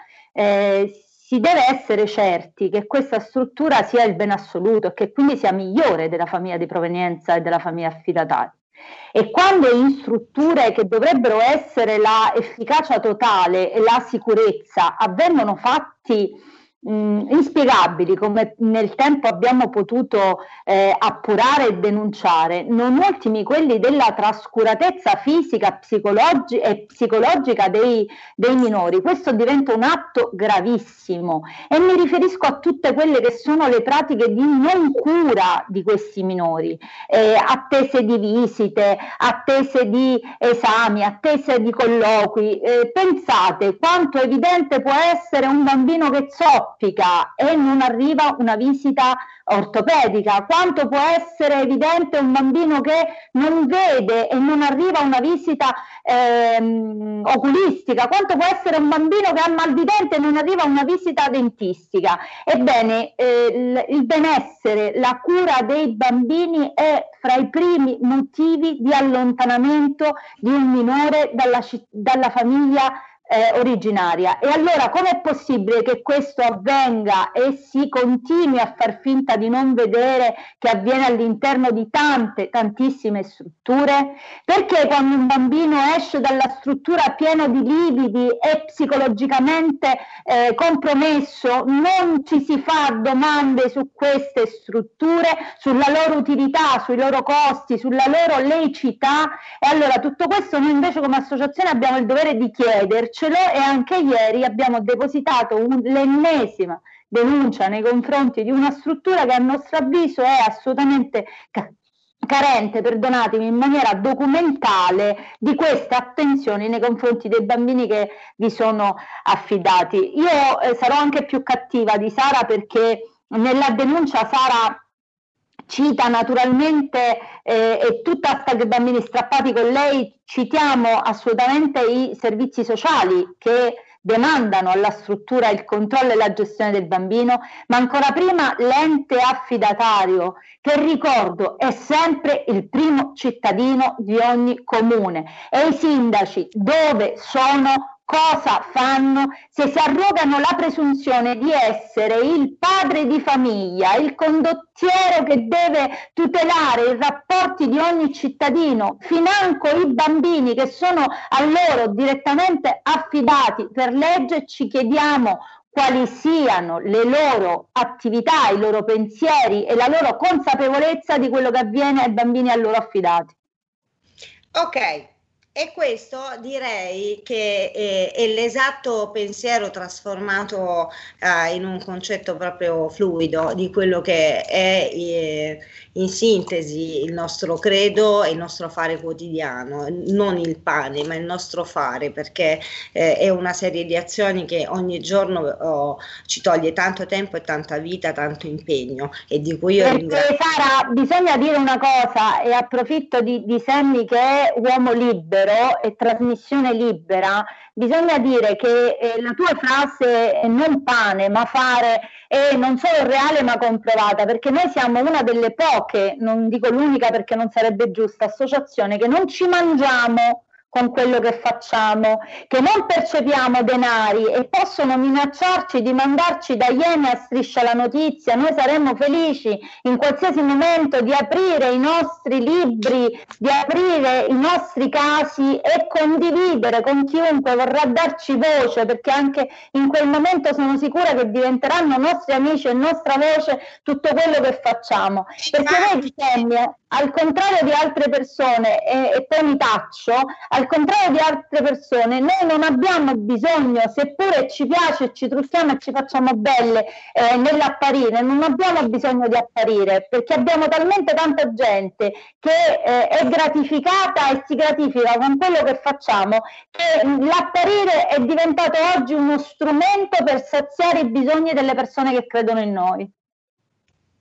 si deve essere certi che questa struttura sia il bene assoluto e che quindi sia migliore della famiglia di provenienza e della famiglia affidataria. E quando in strutture che dovrebbero essere la efficacia totale e la sicurezza avvengono fatti inspiegabili, come nel tempo abbiamo potuto appurare e denunciare, non ultimi quelli della trascuratezza fisica e psicologica dei minori, questo diventa un atto gravissimo, e mi riferisco a tutte quelle che sono le pratiche di non cura di questi minori, attese di visite, attese di esami, attese di colloqui. Pensate quanto evidente può essere un bambino che zoppica e non arriva una visita ortopedica, quanto può essere evidente un bambino che non vede e non arriva una visita oculistica, quanto può essere un bambino che ha mal di dente e non arriva una visita dentistica. Ebbene, il benessere, la cura dei bambini è fra i primi motivi di allontanamento di un minore dalla famiglia originaria. E allora com'è possibile che questo avvenga e si continui a far finta di non vedere che avviene all'interno di tantissime strutture? Perché quando un bambino esce dalla struttura pieno di lividi e psicologicamente compromesso non ci si fa domande su queste strutture, sulla loro utilità, sui loro costi, sulla loro laicità? E allora tutto questo noi invece come associazione abbiamo il dovere di chiederci, e anche ieri abbiamo depositato l'ennesima denuncia nei confronti di una struttura che a nostro avviso è assolutamente carente, perdonatemi, in maniera documentale di queste attenzioni nei confronti dei bambini che vi sono affidati. Io sarò anche più cattiva di Sara, perché nella denuncia Sara cita naturalmente e tutta sta bambini strappati, con lei citiamo assolutamente i servizi sociali che demandano alla struttura il controllo e la gestione del bambino, ma ancora prima l'ente affidatario, che ricordo è sempre il primo cittadino di ogni comune, e i sindaci dove sono, cosa fanno, se si arrogano la presunzione di essere il padre di famiglia, il condottiero che deve tutelare i rapporti di ogni cittadino, financo i bambini che sono a loro direttamente affidati per legge. Ci chiediamo quali siano le loro attività, i loro pensieri e la loro consapevolezza di quello che avviene ai bambini a loro affidati. Ok. E questo direi che è l'esatto pensiero trasformato in un concetto proprio fluido di quello che è in sintesi il nostro credo e il nostro fare quotidiano, non il pane ma il nostro fare, perché è una serie di azioni che ogni giorno ci toglie tanto tempo e tanta vita, tanto impegno, e di cui io ringrazio. Sara, bisogna dire una cosa, e approfitto di Sammy che è uomo libero e trasmissione libera, bisogna dire che la tua frase non pane ma fare è non solo reale ma comprovata, perché noi siamo una delle poche, non dico l'unica perché non sarebbe giusta, associazione che non ci mangiamo con quello che facciamo, che non percepiamo denari e possono minacciarci di mandarci da Iene a Striscia la Notizia. Noi saremmo felici in qualsiasi momento di aprire i nostri libri, di aprire i nostri casi e condividere con chiunque vorrà darci voce, perché anche in quel momento sono sicura che diventeranno nostri amici e nostra voce tutto quello che facciamo. Perché noi, al contrario di altre persone, e poi mi taccio, al contrario di altre persone, noi non abbiamo bisogno, seppure ci piace, ci truffiamo e ci facciamo belle nell'apparire, non abbiamo bisogno di apparire, perché abbiamo talmente tanta gente che è gratificata e si gratifica con quello che facciamo, che l'apparire è diventato oggi uno strumento per saziare i bisogni delle persone che credono in noi.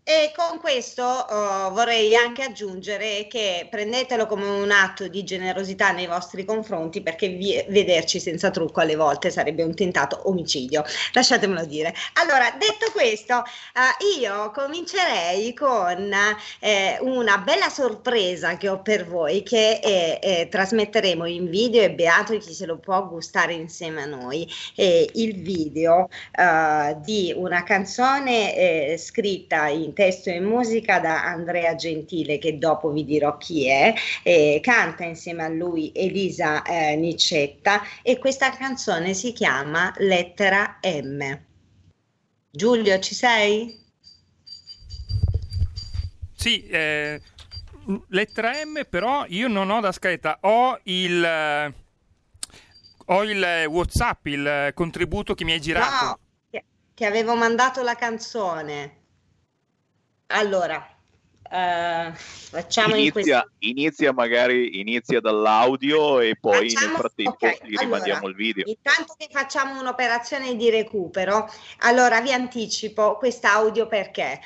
E con questo vorrei anche aggiungere che prendetelo come un atto di generosità nei vostri confronti, perché vederci senza trucco alle volte sarebbe un tentato omicidio, lasciatemelo dire. Allora, detto questo, io comincerei con una bella sorpresa che ho per voi, che trasmetteremo in video, e beato chi se lo può gustare insieme a noi. Il video di una canzone scritta in testo e musica da Andrea Gentile, che dopo vi dirò chi è, canta insieme a lui Elisa Nicetta, e questa canzone si chiama Lettera M. Giulio, ci sei? Sì, lettera M, però io non ho da scaletta, ho il WhatsApp, il contributo che mi hai girato. No, che avevo mandato la canzone. Allora, facciamo inizia dall'audio e poi nel frattempo gli rimandiamo il video. Intanto che facciamo un'operazione di recupero, allora vi anticipo quest'audio perché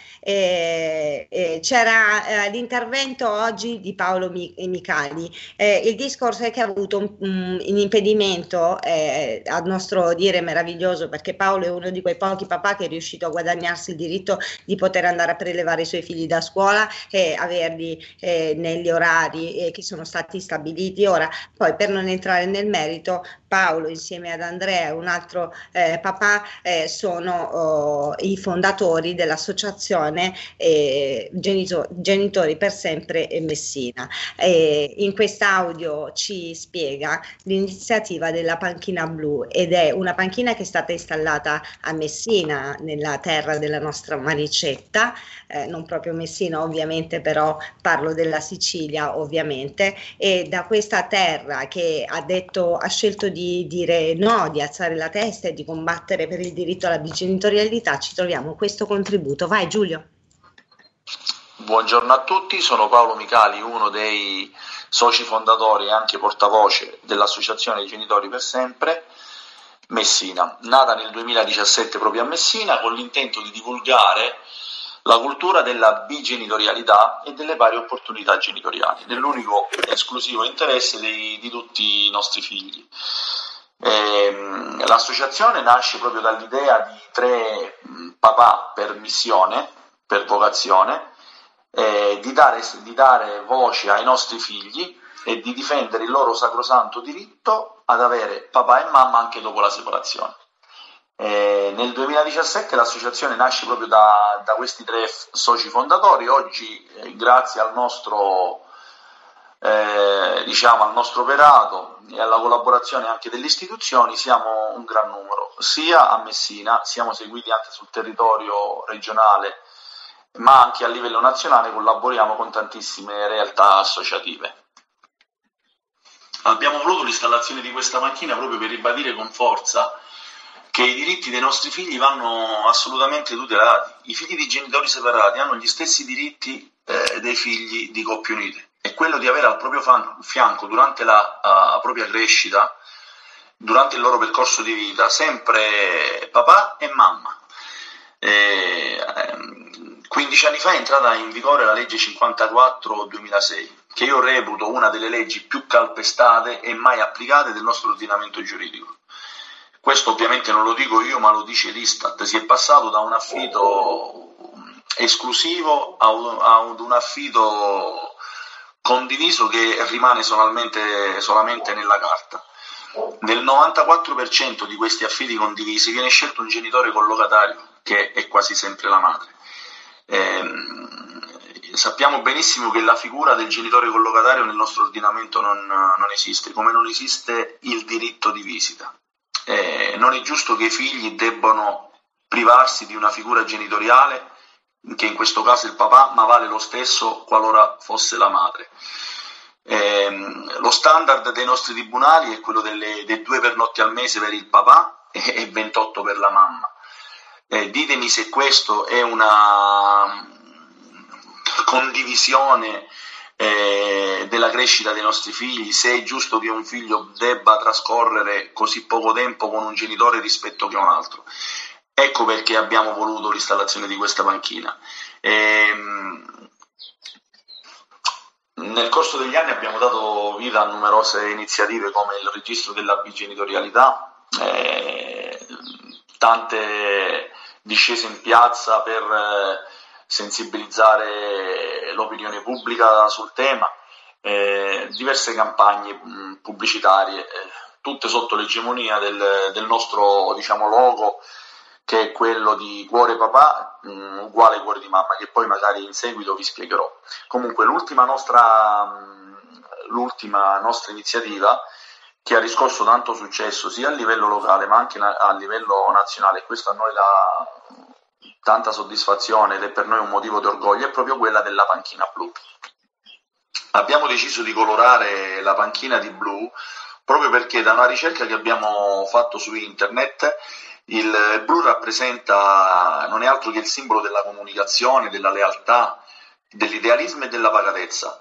c'era l'intervento oggi di Paolo Micali. Il discorso è che ha avuto un impedimento, a nostro dire meraviglioso, perché Paolo è uno di quei pochi papà che è riuscito a guadagnarsi il diritto di poter andare a prelevare i suoi figli da scuola e averli negli orari che sono stati stabiliti. Ora, poi, per non entrare nel merito, Paolo insieme ad Andrea, un altro papà, sono i fondatori dell'associazione Genitori per Sempre Messina. In quest'audio ci spiega l'iniziativa della panchina blu, ed è una panchina che è stata installata a Messina, nella terra della nostra Maricetta, non proprio Messina ovviamente, però parlo della Sicilia ovviamente, e da questa terra che ha scelto di dire no, di alzare la testa e di combattere per il diritto alla bigenitorialità, ci troviamo questo contributo. Vai Giulio. Buongiorno a tutti, sono Paolo Micali, uno dei soci fondatori e anche portavoce dell'associazione Genitori per Sempre Messina, nata nel 2017 proprio a Messina, con l'intento di divulgare la cultura della bigenitorialità e delle pari opportunità genitoriali, nell'unico esclusivo interesse di tutti i nostri figli. L'associazione nasce proprio dall'idea di 3 papà per missione, per vocazione, di dare voce ai nostri figli e di difendere il loro sacrosanto diritto ad avere papà e mamma anche dopo la separazione. Nel 2017 l'associazione nasce proprio da questi 3 soci fondatori. Oggi, grazie al nostro operato e alla collaborazione anche delle istituzioni, siamo un gran numero, sia a Messina, siamo seguiti anche sul territorio regionale, ma anche a livello nazionale collaboriamo con tantissime realtà associative. Abbiamo voluto l'installazione di questa macchina proprio per ribadire con forza che i diritti dei nostri figli vanno assolutamente tutelati. I figli di genitori separati hanno gli stessi diritti dei figli di coppie unite, e quello di avere al proprio fianco durante la propria crescita, durante il loro percorso di vita, sempre papà e mamma. 15 anni fa è entrata in vigore la legge 54/2006, che io reputo una delle leggi più calpestate e mai applicate del nostro ordinamento giuridico. Questo ovviamente non lo dico io, ma lo dice l'Istat. Si è passato da un affido esclusivo a un affido condiviso che rimane solamente nella carta. Nel 94% di questi affidi condivisi viene scelto un genitore collocatario, che è quasi sempre la madre. Sappiamo benissimo che la figura del genitore collocatario nel nostro ordinamento non esiste, come non esiste il diritto di visita. Non è giusto che i figli debbano privarsi di una figura genitoriale, che in questo caso è il papà, ma vale lo stesso qualora fosse la madre. Lo standard dei nostri tribunali è quello dei 2 pernotti al mese per il papà e 28 per la mamma. Ditemi se questo è una condivisione della crescita dei nostri figli, se è giusto che un figlio debba trascorrere così poco tempo con un genitore rispetto che un altro. Ecco perché abbiamo voluto l'installazione di questa panchina. Nel corso degli anni abbiamo dato vita a numerose iniziative come il registro della bigenitorialità, tante discese in piazza per sensibilizzare l'opinione pubblica sul tema, diverse campagne pubblicitarie, tutte sotto l'egemonia del nostro, diciamo, logo, che è quello di Cuore Papà uguale Cuore di Mamma, che poi magari in seguito vi spiegherò. Comunque l'ultima nostra iniziativa, che ha riscosso tanto successo sia a livello locale ma anche a livello nazionale, e questo a noi dà tanta soddisfazione ed è per noi un motivo di orgoglio, è proprio quella della panchina blu. Abbiamo deciso di colorare la panchina di blu proprio perché da una ricerca che abbiamo fatto su internet, il blu non è altro che il simbolo della comunicazione, della lealtà, dell'idealismo e della pacatezza.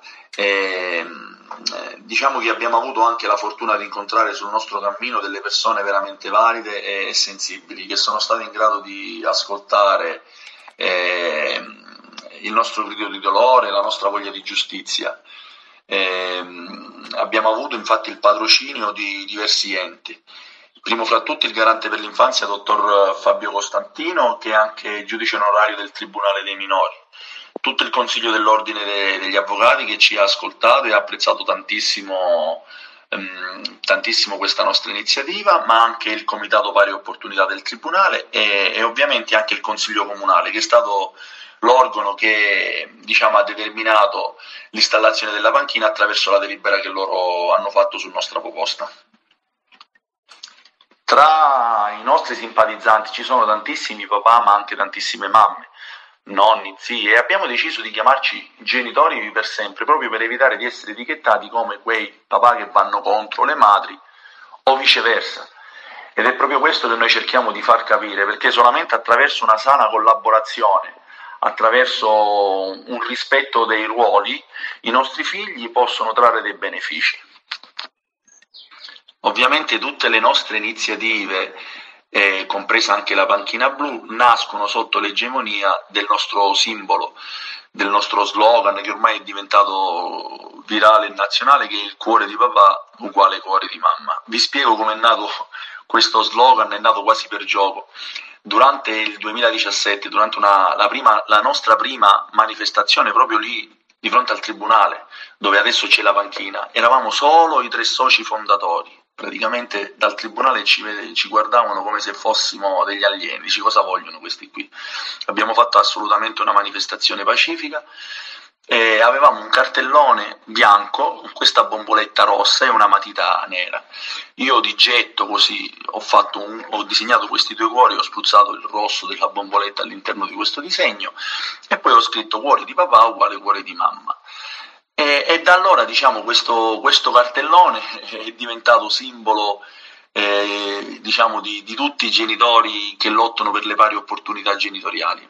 Diciamo che abbiamo avuto anche la fortuna di incontrare sul nostro cammino delle persone veramente valide e sensibili, che sono state in grado di ascoltare il nostro grido di dolore, la nostra voglia di giustizia. Abbiamo avuto infatti il patrocinio di diversi enti, primo fra tutti il garante per l'infanzia, dottor Fabio Costantino, che è anche giudice onorario del Tribunale dei Minori, tutto il Consiglio dell'Ordine degli Avvocati, che ci ha ascoltato e ha apprezzato tantissimo questa nostra iniziativa, ma anche il Comitato Pari Opportunità del Tribunale e ovviamente anche il Consiglio Comunale, che è stato l'organo che, diciamo, ha determinato l'installazione della panchina attraverso la delibera che loro hanno fatto su nostra proposta. Tra i nostri simpatizzanti ci sono tantissimi papà, ma anche tantissime mamme, nonni, zii, e abbiamo deciso di chiamarci genitori per sempre, proprio per evitare di essere etichettati come quei papà che vanno contro le madri o viceversa. Ed è proprio questo che noi cerchiamo di far capire, perché solamente attraverso una sana collaborazione, attraverso un rispetto dei ruoli, i nostri figli possono trarre dei benefici. Ovviamente tutte le nostre iniziative, compresa anche la panchina blu, nascono sotto l'egemonia del nostro simbolo, del nostro slogan, che ormai è diventato virale e nazionale, che è il Cuore di Papà uguale Cuore di Mamma. Vi spiego come è nato questo slogan. È nato quasi per gioco. Durante il 2017, durante la nostra prima manifestazione proprio lì di fronte al tribunale, dove adesso c'è la panchina, eravamo solo i 3 soci fondatori. Praticamente dal tribunale ci guardavano come se fossimo degli alieni. Dici, cosa vogliono questi qui? Abbiamo fatto assolutamente una manifestazione pacifica e avevamo un cartellone bianco con questa bomboletta rossa e una matita nera. Io di getto così ho disegnato questi 2 cuori, ho spruzzato il rosso della bomboletta all'interno di questo disegno e poi ho scritto Cuore di Papà uguale Cuore di Mamma. E da allora, diciamo, questo cartellone è diventato simbolo diciamo di tutti i genitori che lottano per le pari opportunità genitoriali.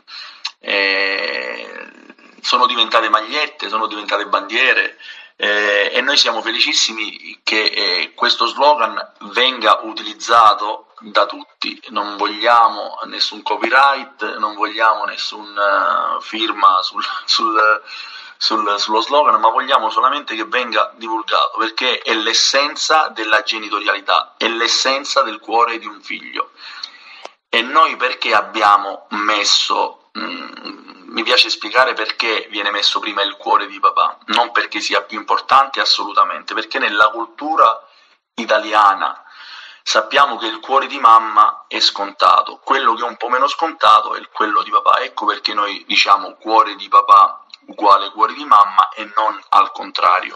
Sono diventate magliette, sono diventate bandiere e noi siamo felicissimi che questo slogan venga utilizzato da tutti. Non vogliamo nessun copyright, non vogliamo nessuna firma sullo slogan, ma vogliamo solamente che venga divulgato, perché è l'essenza della genitorialità, è l'essenza del cuore di un figlio. E noi perché abbiamo messo, mi piace spiegare perché viene messo prima il cuore di papà, non perché sia più importante, assolutamente, perché nella cultura italiana sappiamo che il cuore di mamma è scontato, quello che è un po' meno scontato è quello di papà. Ecco perché noi diciamo cuore di papà uguale cuore di mamma e non al contrario.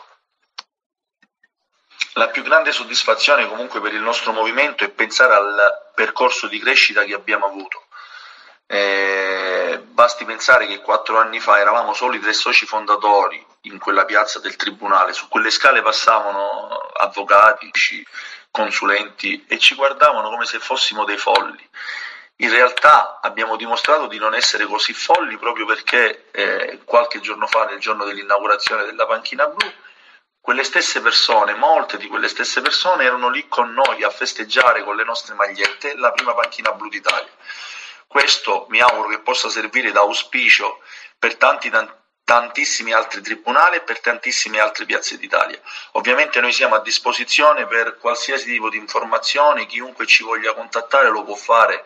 La più grande soddisfazione comunque per il nostro movimento è pensare al percorso di crescita che abbiamo avuto. Basti pensare che 4 anni fa eravamo solo i 3 soci fondatori in quella piazza del tribunale, su quelle scale passavano avvocati, consulenti e ci guardavano come se fossimo dei folli. In realtà abbiamo dimostrato di non essere così folli proprio perché qualche giorno fa, nel giorno dell'inaugurazione della panchina blu, quelle stesse persone, molte di quelle stesse persone erano lì con noi a festeggiare con le nostre magliette la prima panchina blu d'Italia. Questo mi auguro che possa servire da auspicio per tantissimi altri tribunali e per tantissime altre piazze d'Italia. Ovviamente noi siamo a disposizione per qualsiasi tipo di informazioni, chiunque ci voglia contattare lo può fare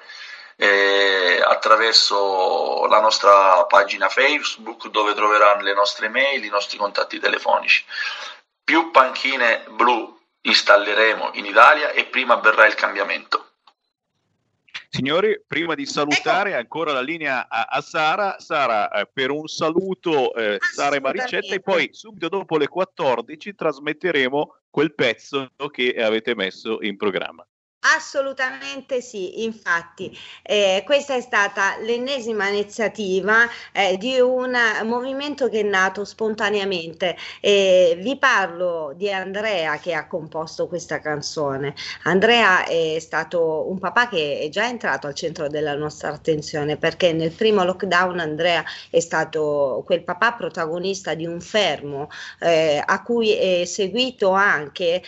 attraverso la nostra pagina Facebook, dove troveranno le nostre mail, i nostri contatti telefonici. Più panchine blu installeremo in Italia e prima avverrà il cambiamento. Signori, prima di salutare ancora la linea a Sara, per un saluto Sara e Maricetta, e poi subito dopo le 14 trasmetteremo quel pezzo che avete messo in programma. Assolutamente sì, infatti questa è stata l'ennesima iniziativa di un movimento che è nato spontaneamente. Vi parlo di Andrea, che ha composto questa canzone. Andrea è stato un papà che è già entrato al centro della nostra attenzione, perché nel primo lockdown Andrea è stato quel papà protagonista di un fermo a cui è seguito anche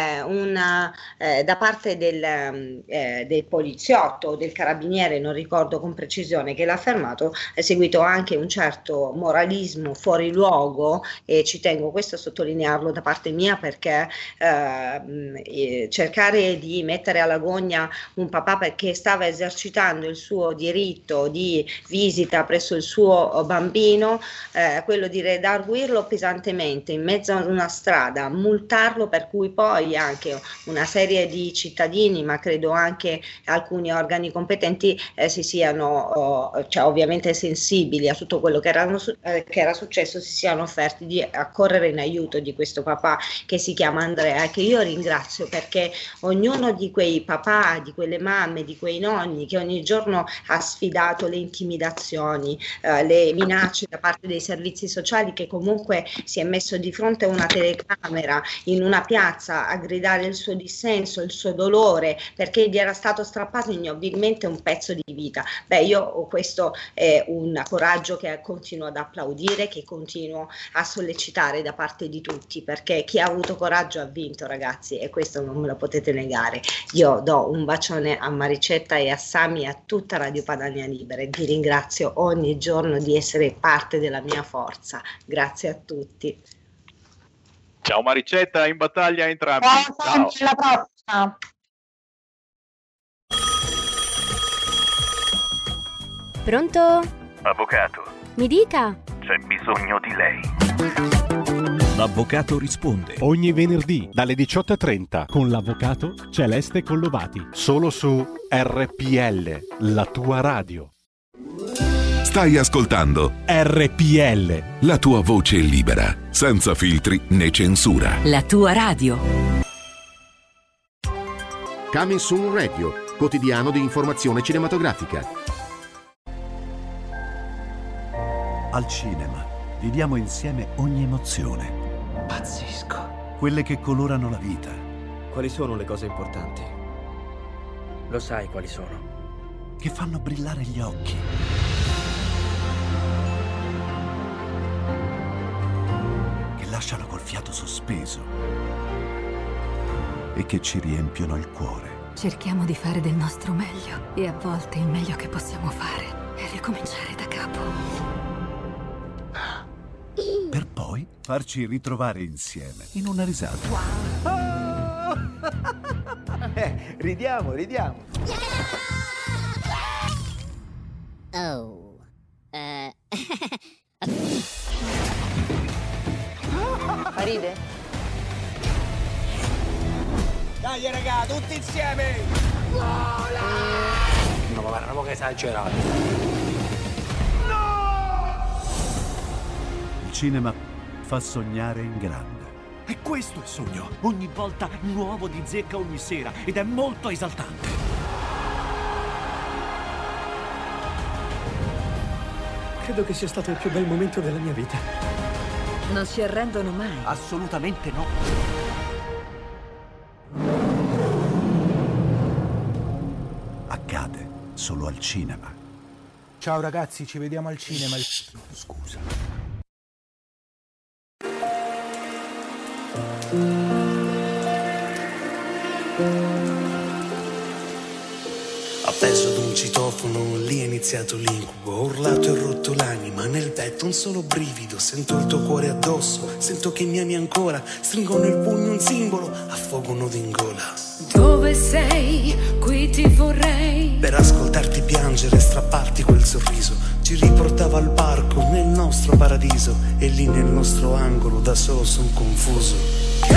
da parte del poliziotto o del carabiniere, non ricordo con precisione, che l'ha fermato, è seguito anche un certo moralismo fuori luogo, e ci tengo questo a sottolinearlo da parte mia, perché cercare di mettere alla gogna un papà perché stava esercitando il suo diritto di visita presso il suo bambino, quello di redarguirlo pesantemente in mezzo ad una strada, multarlo, per cui poi anche una serie di cittadini, ma credo anche alcuni organi competenti si siano ovviamente sensibili a tutto quello che era successo, si siano offerti di accorrere in aiuto di questo papà che si chiama Andrea, e che io ringrazio, perché ognuno di quei papà, di quelle mamme, di quei nonni che ogni giorno ha sfidato le intimidazioni, le minacce da parte dei servizi sociali, che comunque si è messo di fronte a una telecamera in una piazza a gridare il suo dissenso, il suo dolore, perché gli era stato strappato ignobilmente un pezzo di vita. Questo è un coraggio che continuo ad applaudire, che continuo a sollecitare da parte di tutti, perché chi ha avuto coraggio ha vinto, ragazzi, e questo non me lo potete negare. Io do un bacione a Maricetta e a Sami e a tutta Radio Padania Libera, e vi ringrazio ogni giorno di essere parte della mia forza. Grazie a tutti. Ciao Maricetta, in battaglia entrambi. Ciao. Alla prossima. Pronto? Avvocato. Mi dica. C'è bisogno di lei. L'avvocato risponde. Ogni venerdì dalle 18:30 con l'avvocato Celeste Collovati. Solo su RPL, la tua radio. Stai ascoltando RPL. la tua voce libera, senza filtri né censura. La tua radio. Coming Soon Radio, quotidiano di informazione cinematografica. Al cinema viviamo insieme ogni emozione. Pazzesco. Quelle che colorano la vita. Quali sono le cose importanti? Lo sai quali sono? Che fanno brillare gli occhi. Che lasciano col fiato sospeso. E che ci riempiono il cuore. Cerchiamo di fare del nostro meglio, e a volte il meglio che possiamo fare è ricominciare da capo. Per poi farci ritrovare insieme in una risata. Ridiamo. Oh. Ride? Dai raga, tutti insieme! Vola! No, ma non che esagerato. Il cinema fa sognare in grande. E questo è il sogno. Ogni volta nuovo di zecca ogni sera. Ed è molto esaltante. Credo che sia stato il più bel momento della mia vita. Non si arrendono mai. Assolutamente no. Accade solo al cinema. Ciao ragazzi, ci vediamo al cinema. Scusa. Appeso ad un citofono, lì è iniziato l'incubo. Ho urlato e rotto l'anima, nel petto un solo brivido. Sento il tuo cuore addosso, sento che mi ami ancora. Stringo nel pugno un simbolo, affogo un nodo in gola. Dove sei? Qui ti vorrei. Per ascoltarti piangere e strapparti quel sorriso. Ci riportava al parco, nel nostro paradiso. E lì nel nostro angolo, da solo son confuso.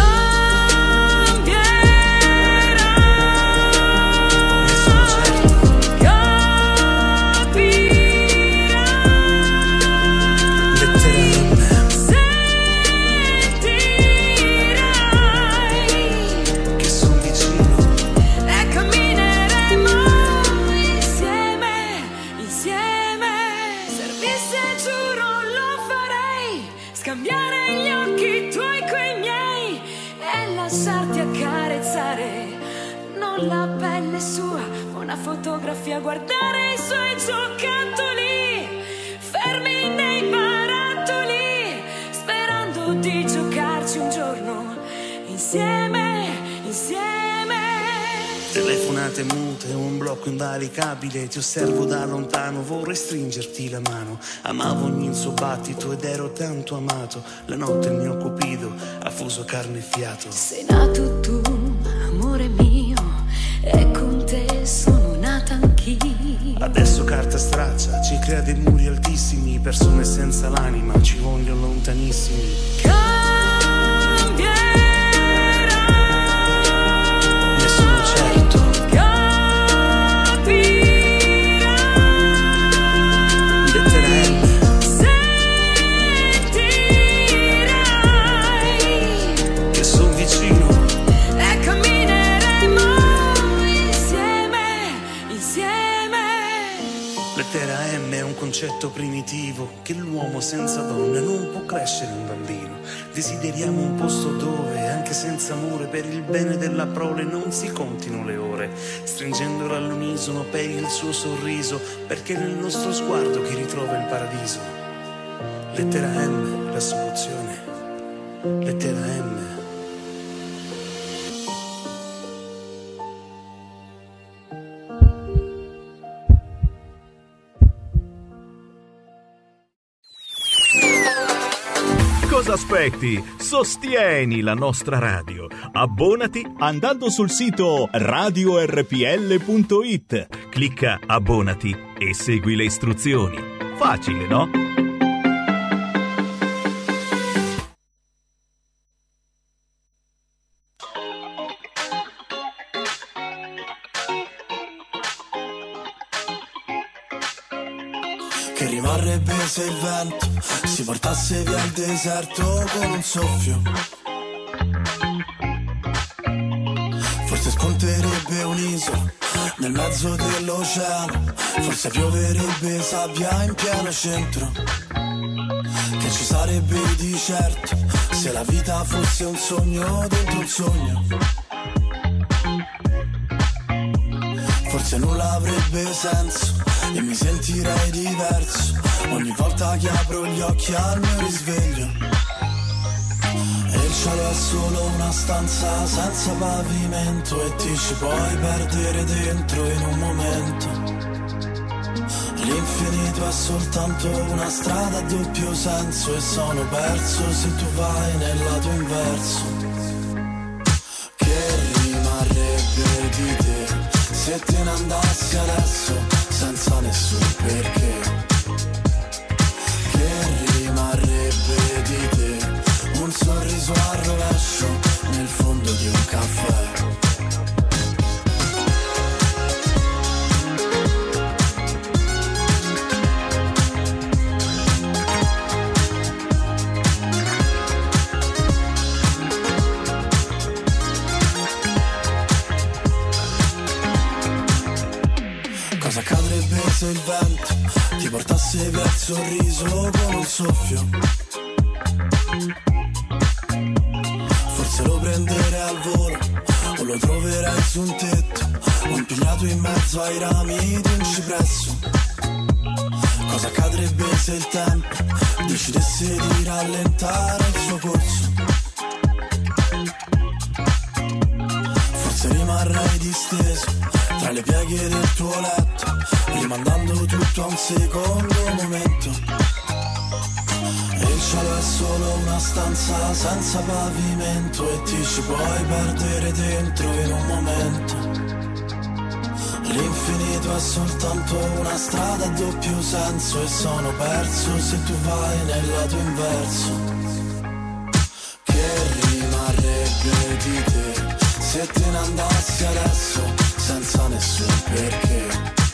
La pelle sua, una fotografia, guardare i suoi giocattoli, fermi nei barattoli, sperando di giocarci un giorno insieme, insieme. Telefonate mute, un blocco invalicabile, ti osservo da lontano, vorrei stringerti la mano. Amavo ogni suo battito ed ero tanto amato. La notte il mio cupido ha fuso carne e fiato. Sei nato tu, amore mio, e con te sono nata anch'io. Adesso carta straccia, ci crea dei muri altissimi. Persone senza l'anima, ci vogliono lontanissimi. Ne sono certo. Concetto primitivo che l'uomo senza donna non può crescere un bambino. Desideriamo un posto dove, anche senza amore, per il bene della prole non si contino le ore, stringendolo all'unisono per il suo sorriso, perché nel nostro sguardo chi ritrova il paradiso. Lettera M, la soluzione. Lettera M. Cosa aspetti? Sostieni la nostra radio. Abbonati andando sul sito radiorpl.it. Clicca abbonati e segui le istruzioni. Facile, no? Che rimarrebbe se il vento si portasse via il deserto con un soffio. Forse spunterebbe un'isola nel mezzo dell'oceano. Forse pioverebbe sabbia in pieno centro. Che ci sarebbe di certo se la vita fosse un sogno dentro un sogno. Forse nulla avrebbe senso e mi sentirei diverso ogni volta che apro gli occhi al mio risveglio. E il cielo è solo una stanza senza pavimento e ti ci puoi perdere dentro in un momento. L'infinito è soltanto una strada a doppio senso e sono perso se tu vai nel lato inverso. Che rimarrebbe di te se te ne andassi adesso senza nessun perché? Che rimarrebbe di te un sorriso al rovescio nel fondo di un caffè? Cosa accadrebbe se il vento ti portasse via il sorriso con un soffio? Forse lo prenderei al volo o lo troverai su un tetto o impigliato in mezzo ai rami di un cipresso. Cosa accadrebbe se il tempo decidesse di rallentare il suo corso? Forse rimarrai disteso tra le pieghe del tuo letto, rimandando tutto a un secondo momento. E il cielo è solo una stanza senza pavimento e ti ci puoi perdere dentro in un momento. L'infinito è soltanto una strada a doppio senso e sono perso se tu vai nel lato inverso. Che rimarrebbe di te se te ne andassi adesso senza nessun perché?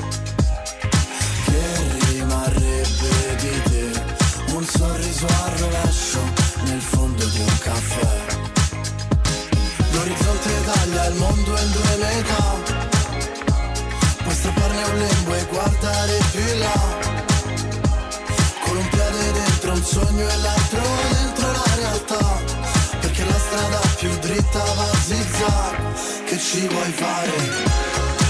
Che rimarrebbe di te un sorriso al rovescio nel fondo di un caffè? L'orizzonte taglia il mondo in due metà, puoi strapparne un lembo e guardare più in là, con un piede dentro un sogno e l'altro dentro la realtà, perché la strada più dritta va a zig-zag. Che ci vuoi fare?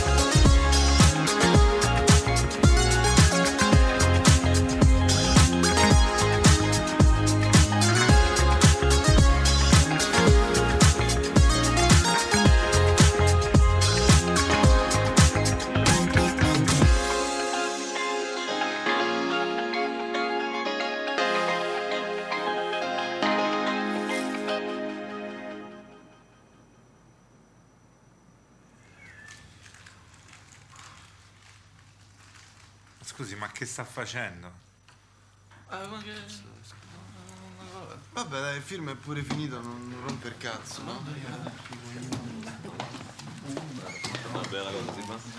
Scusi, ma che sta facendo? Ma che... Vabbè, dai, il film è pure finito, non romper cazzo, no? Vabbè, la cosa si fa.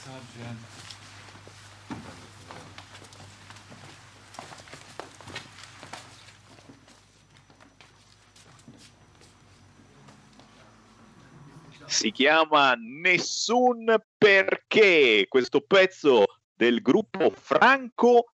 Si chiama Nessun Perché, questo pezzo del gruppo Franco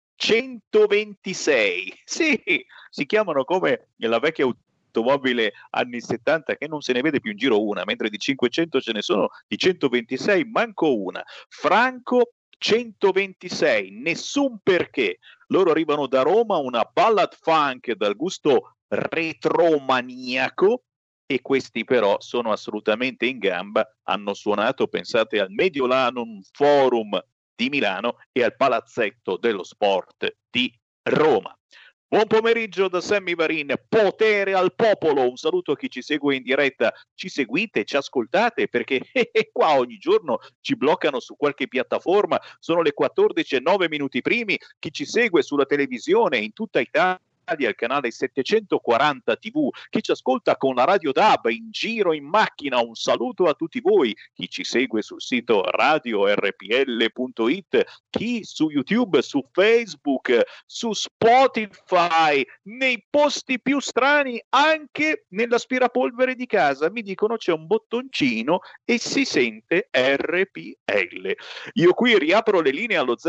126. Sì, si chiamano come la vecchia automobile anni 70 che non se ne vede più in giro una, mentre di 500 ce ne sono, di 126 manco una. Franco 126, Nessun Perché. Loro arrivano da Roma, una ballad funk dal gusto retromaniaco, e questi però sono assolutamente in gamba. Hanno suonato, pensate, al Mediolanum Forum di Milano e al Palazzetto dello Sport di Roma. Buon pomeriggio da Sammy Varin, potere al popolo, un saluto a chi ci segue in diretta, ci seguite, ci ascoltate, perché qua ogni giorno ci bloccano su qualche piattaforma, sono le 14:09 primi, chi ci segue sulla televisione in tutta Italia, al canale 740 TV, chi ci ascolta con la radio DAB in giro in macchina, un saluto a tutti voi, chi ci segue sul sito radiorpl.it, chi su YouTube, su Facebook, su Spotify, nei posti più strani, anche nell'aspirapolvere di casa, mi dicono c'è un bottoncino e si sente RPL. Io qui riapro le linee allo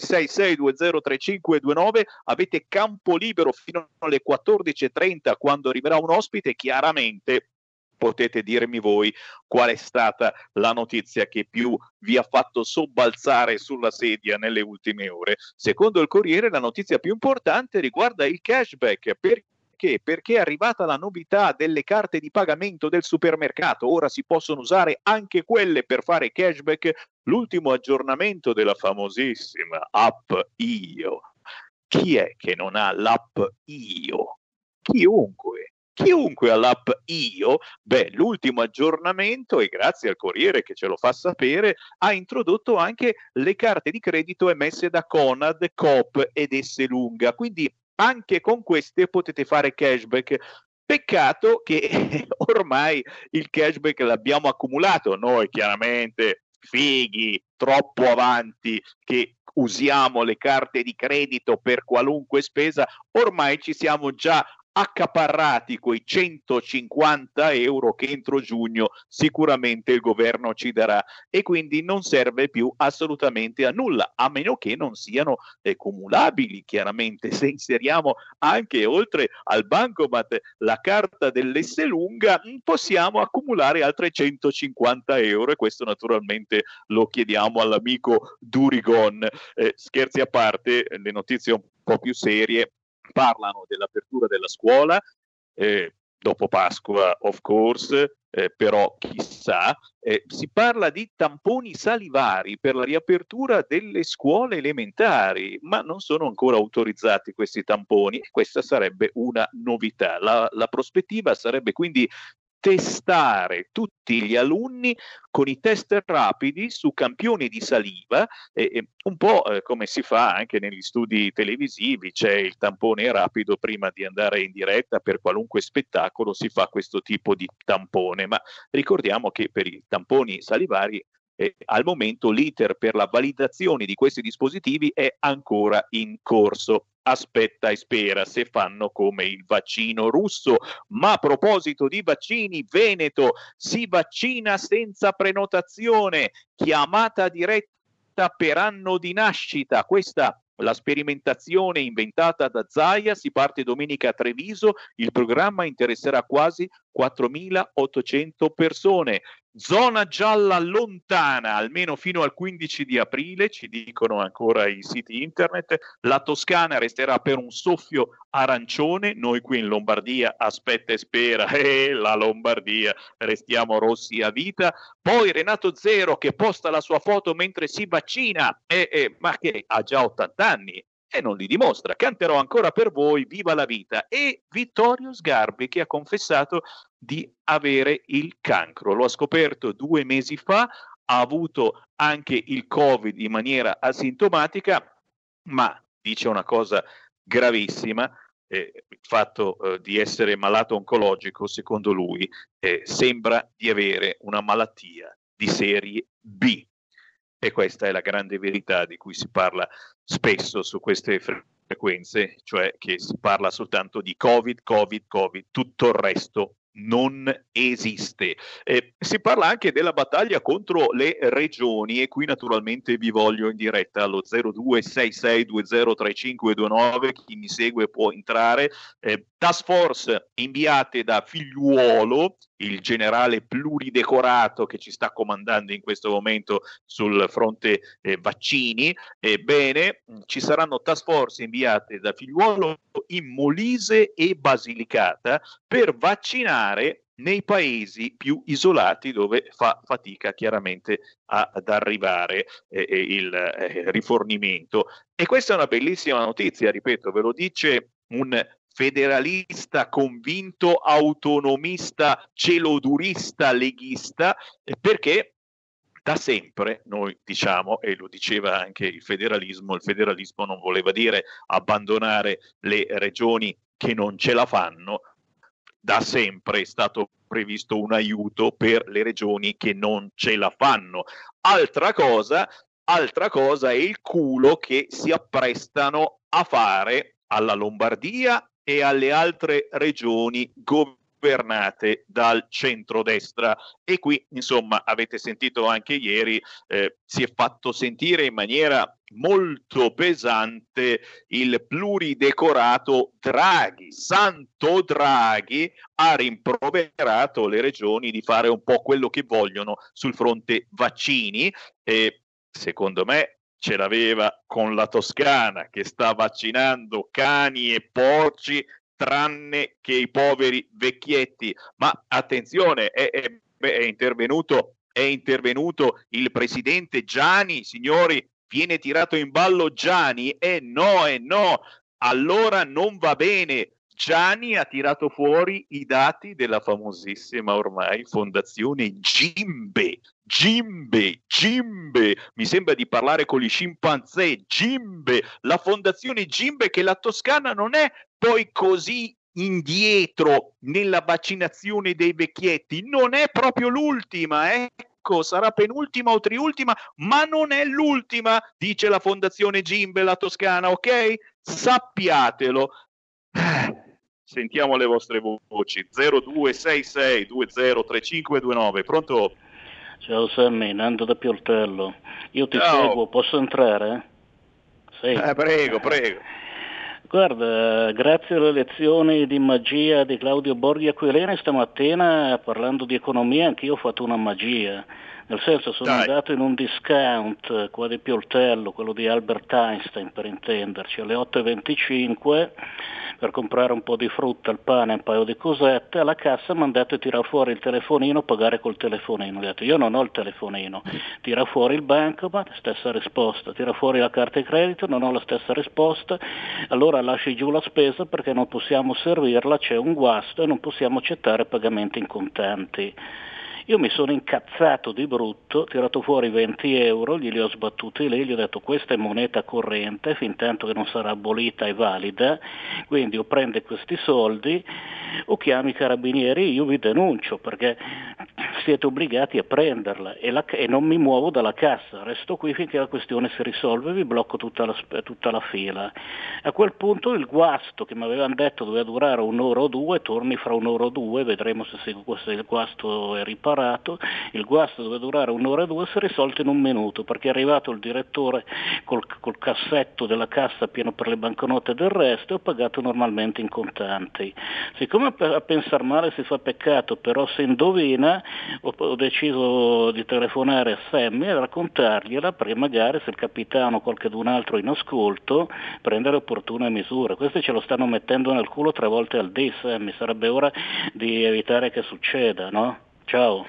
0266203529, avete campo libero fino alle 14:30 quando arriverà un ospite. Chiaramente potete dirmi voi qual è stata la notizia che più vi ha fatto sobbalzare sulla sedia nelle ultime ore. Secondo il Corriere la notizia più importante riguarda il cashback. Perché è arrivata la novità delle carte di pagamento del supermercato. Ora si possono usare anche quelle per fare cashback. L'ultimo aggiornamento della famosissima app Io. Chi è che non ha l'app Io? Chiunque ha l'app Io, l'ultimo aggiornamento, e grazie al Corriere che ce lo fa sapere, ha introdotto anche le carte di credito emesse da Conad, Coop ed Esselunga. Quindi anche con queste potete fare cashback. Peccato che ormai il cashback l'abbiamo accumulato noi, chiaramente fighi, troppo avanti, che usiamo le carte di credito per qualunque spesa. Ormai ci siamo già accaparrati quei 150 euro che entro giugno sicuramente il governo ci darà, e quindi non serve più assolutamente a nulla, a meno che non siano cumulabili. Chiaramente se inseriamo anche, oltre al bancomat, la carta dell'Esselunga, possiamo accumulare altre 150 euro, e questo naturalmente lo chiediamo all'amico Durigon. Scherzi a parte, le notizie un po' più serie parlano dell'apertura della scuola dopo Pasqua, of course, però chissà. Si parla di tamponi salivari per la riapertura delle scuole elementari, ma non sono ancora autorizzati questi tamponi. Questa sarebbe una novità. La prospettiva sarebbe quindi testare tutti gli alunni con i test rapidi su campioni di saliva, un po' come si fa anche negli studi televisivi. C'è il tampone rapido prima di andare in diretta, per qualunque spettacolo si fa questo tipo di tampone, ma ricordiamo che per i tamponi salivari al momento l'iter per la validazione di questi dispositivi è ancora in corso. Aspetta e spera se fanno come il vaccino russo. Ma a proposito di vaccini, Veneto si vaccina senza prenotazione, chiamata diretta per anno di nascita. Questa la sperimentazione inventata da Zaia. Si parte domenica a Treviso, il programma interesserà quasi 4.800 persone. Zona gialla lontana, almeno fino al 15 di aprile, ci dicono ancora i siti internet. La Toscana resterà per un soffio arancione. Noi qui in Lombardia, aspetta e spera, la Lombardia, restiamo rossi a vita. Poi Renato Zero che posta la sua foto mentre si vaccina, ma che ha già 80 anni. E non li dimostra. Canterò ancora per voi, viva la vita. E Vittorio Sgarbi che ha confessato di avere il cancro. Lo ha scoperto 2 mesi fa, ha avuto anche il Covid in maniera asintomatica, ma dice una cosa gravissima, il fatto di essere malato oncologico, secondo lui, sembra di avere una malattia di serie B. E questa è la grande verità di cui si parla spesso su queste frequenze, cioè che si parla soltanto di Covid, tutto il resto non esiste. Si parla anche della battaglia contro le regioni e qui naturalmente vi voglio in diretta allo 0266203529, chi mi segue può entrare. Task force inviate da Figliuolo, il generale pluridecorato che ci sta comandando in questo momento sul fronte vaccini. Ebbene, ci saranno task force inviate da Figliuolo in Molise e Basilicata per vaccinare nei paesi più isolati dove fa fatica chiaramente ad arrivare il rifornimento. E questa è una bellissima notizia, ripeto, ve lo dice un federalista convinto, autonomista, celodurista, leghista, perché da sempre noi diciamo, e lo diceva anche il federalismo non voleva dire abbandonare le regioni che non ce la fanno. Da sempre è stato previsto un aiuto per le regioni che non ce la fanno. Altra cosa è il culo che si apprestano a fare alla Lombardia e alle altre regioni governate dal centrodestra. E qui, insomma, avete sentito anche ieri, si è fatto sentire in maniera molto pesante il pluridecorato Draghi. Santo Draghi ha rimproverato le regioni di fare un po' quello che vogliono sul fronte vaccini e secondo me ce l'aveva con la Toscana che sta vaccinando cani e porci tranne che i poveri vecchietti. Ma attenzione, è intervenuto il presidente Gianni, signori, viene tirato in ballo Gianni? No, allora non va bene. Gianni ha tirato fuori i dati della famosissima ormai fondazione Gimbe, mi sembra di parlare con gli scimpanzé. Gimbe, la fondazione Gimbe, che la Toscana non è poi così indietro nella vaccinazione dei vecchietti, non è proprio l'ultima, sarà penultima o triultima, ma non è l'ultima, dice la fondazione Gimbe, la Toscana, ok? Sappiatelo. Sentiamo le vostre voci. 0266203529. Pronto? Ciao Sammy, Nando da Pioltello. Io ti seguo, posso entrare? Sì. Prego. Guarda, grazie alle lezioni di magia di Claudio Borghi Aquilini stamattina, parlando di economia, anch'io ho fatto una magia. Nel senso, sono andato in un discount qua di Pioltello, quello di Albert Einstein per intenderci, alle 8:25 per comprare un po' di frutta, il pane, un paio di cosette. Alla cassa mi hanno detto tirare fuori il telefonino, pagare col telefonino. Ho detto io non ho il telefonino, tira fuori il bancomat, stessa risposta, tira fuori la carta di credito, non ho la stessa risposta, allora lasci giù la spesa perché non possiamo servirla, c'è un guasto e non possiamo accettare pagamenti in contanti. Io mi sono incazzato di brutto, ho tirato fuori 20 euro, glieli ho sbattuti lì, gli ho detto questa è moneta corrente, fin tanto che non sarà abolita e valida, quindi o prende questi soldi o chiami i carabinieri, io vi denuncio perché siete obbligati a prenderla e non mi muovo dalla cassa, resto qui finché la questione si risolve, vi blocco tutta la fila. A quel punto il guasto che mi avevano detto doveva durare 1 ora o 2, torni fra 1 ora o 2, vedremo se il guasto è riparato. Il guasto doveva durare 1 ora o 2, si è risolto in 1 minuto perché è arrivato il direttore col cassetto della cassa pieno per le banconote del resto e ho pagato normalmente in contanti. Siccome a pensar male si fa peccato, però se indovina ho deciso di telefonare a Sammy e raccontargliela perché magari se il capitano o qualcun altro in ascolto prende le opportune misure. Questi ce lo stanno mettendo nel culo 3 volte al dì, Sammy, sarebbe ora di evitare che succeda, no? Ciao.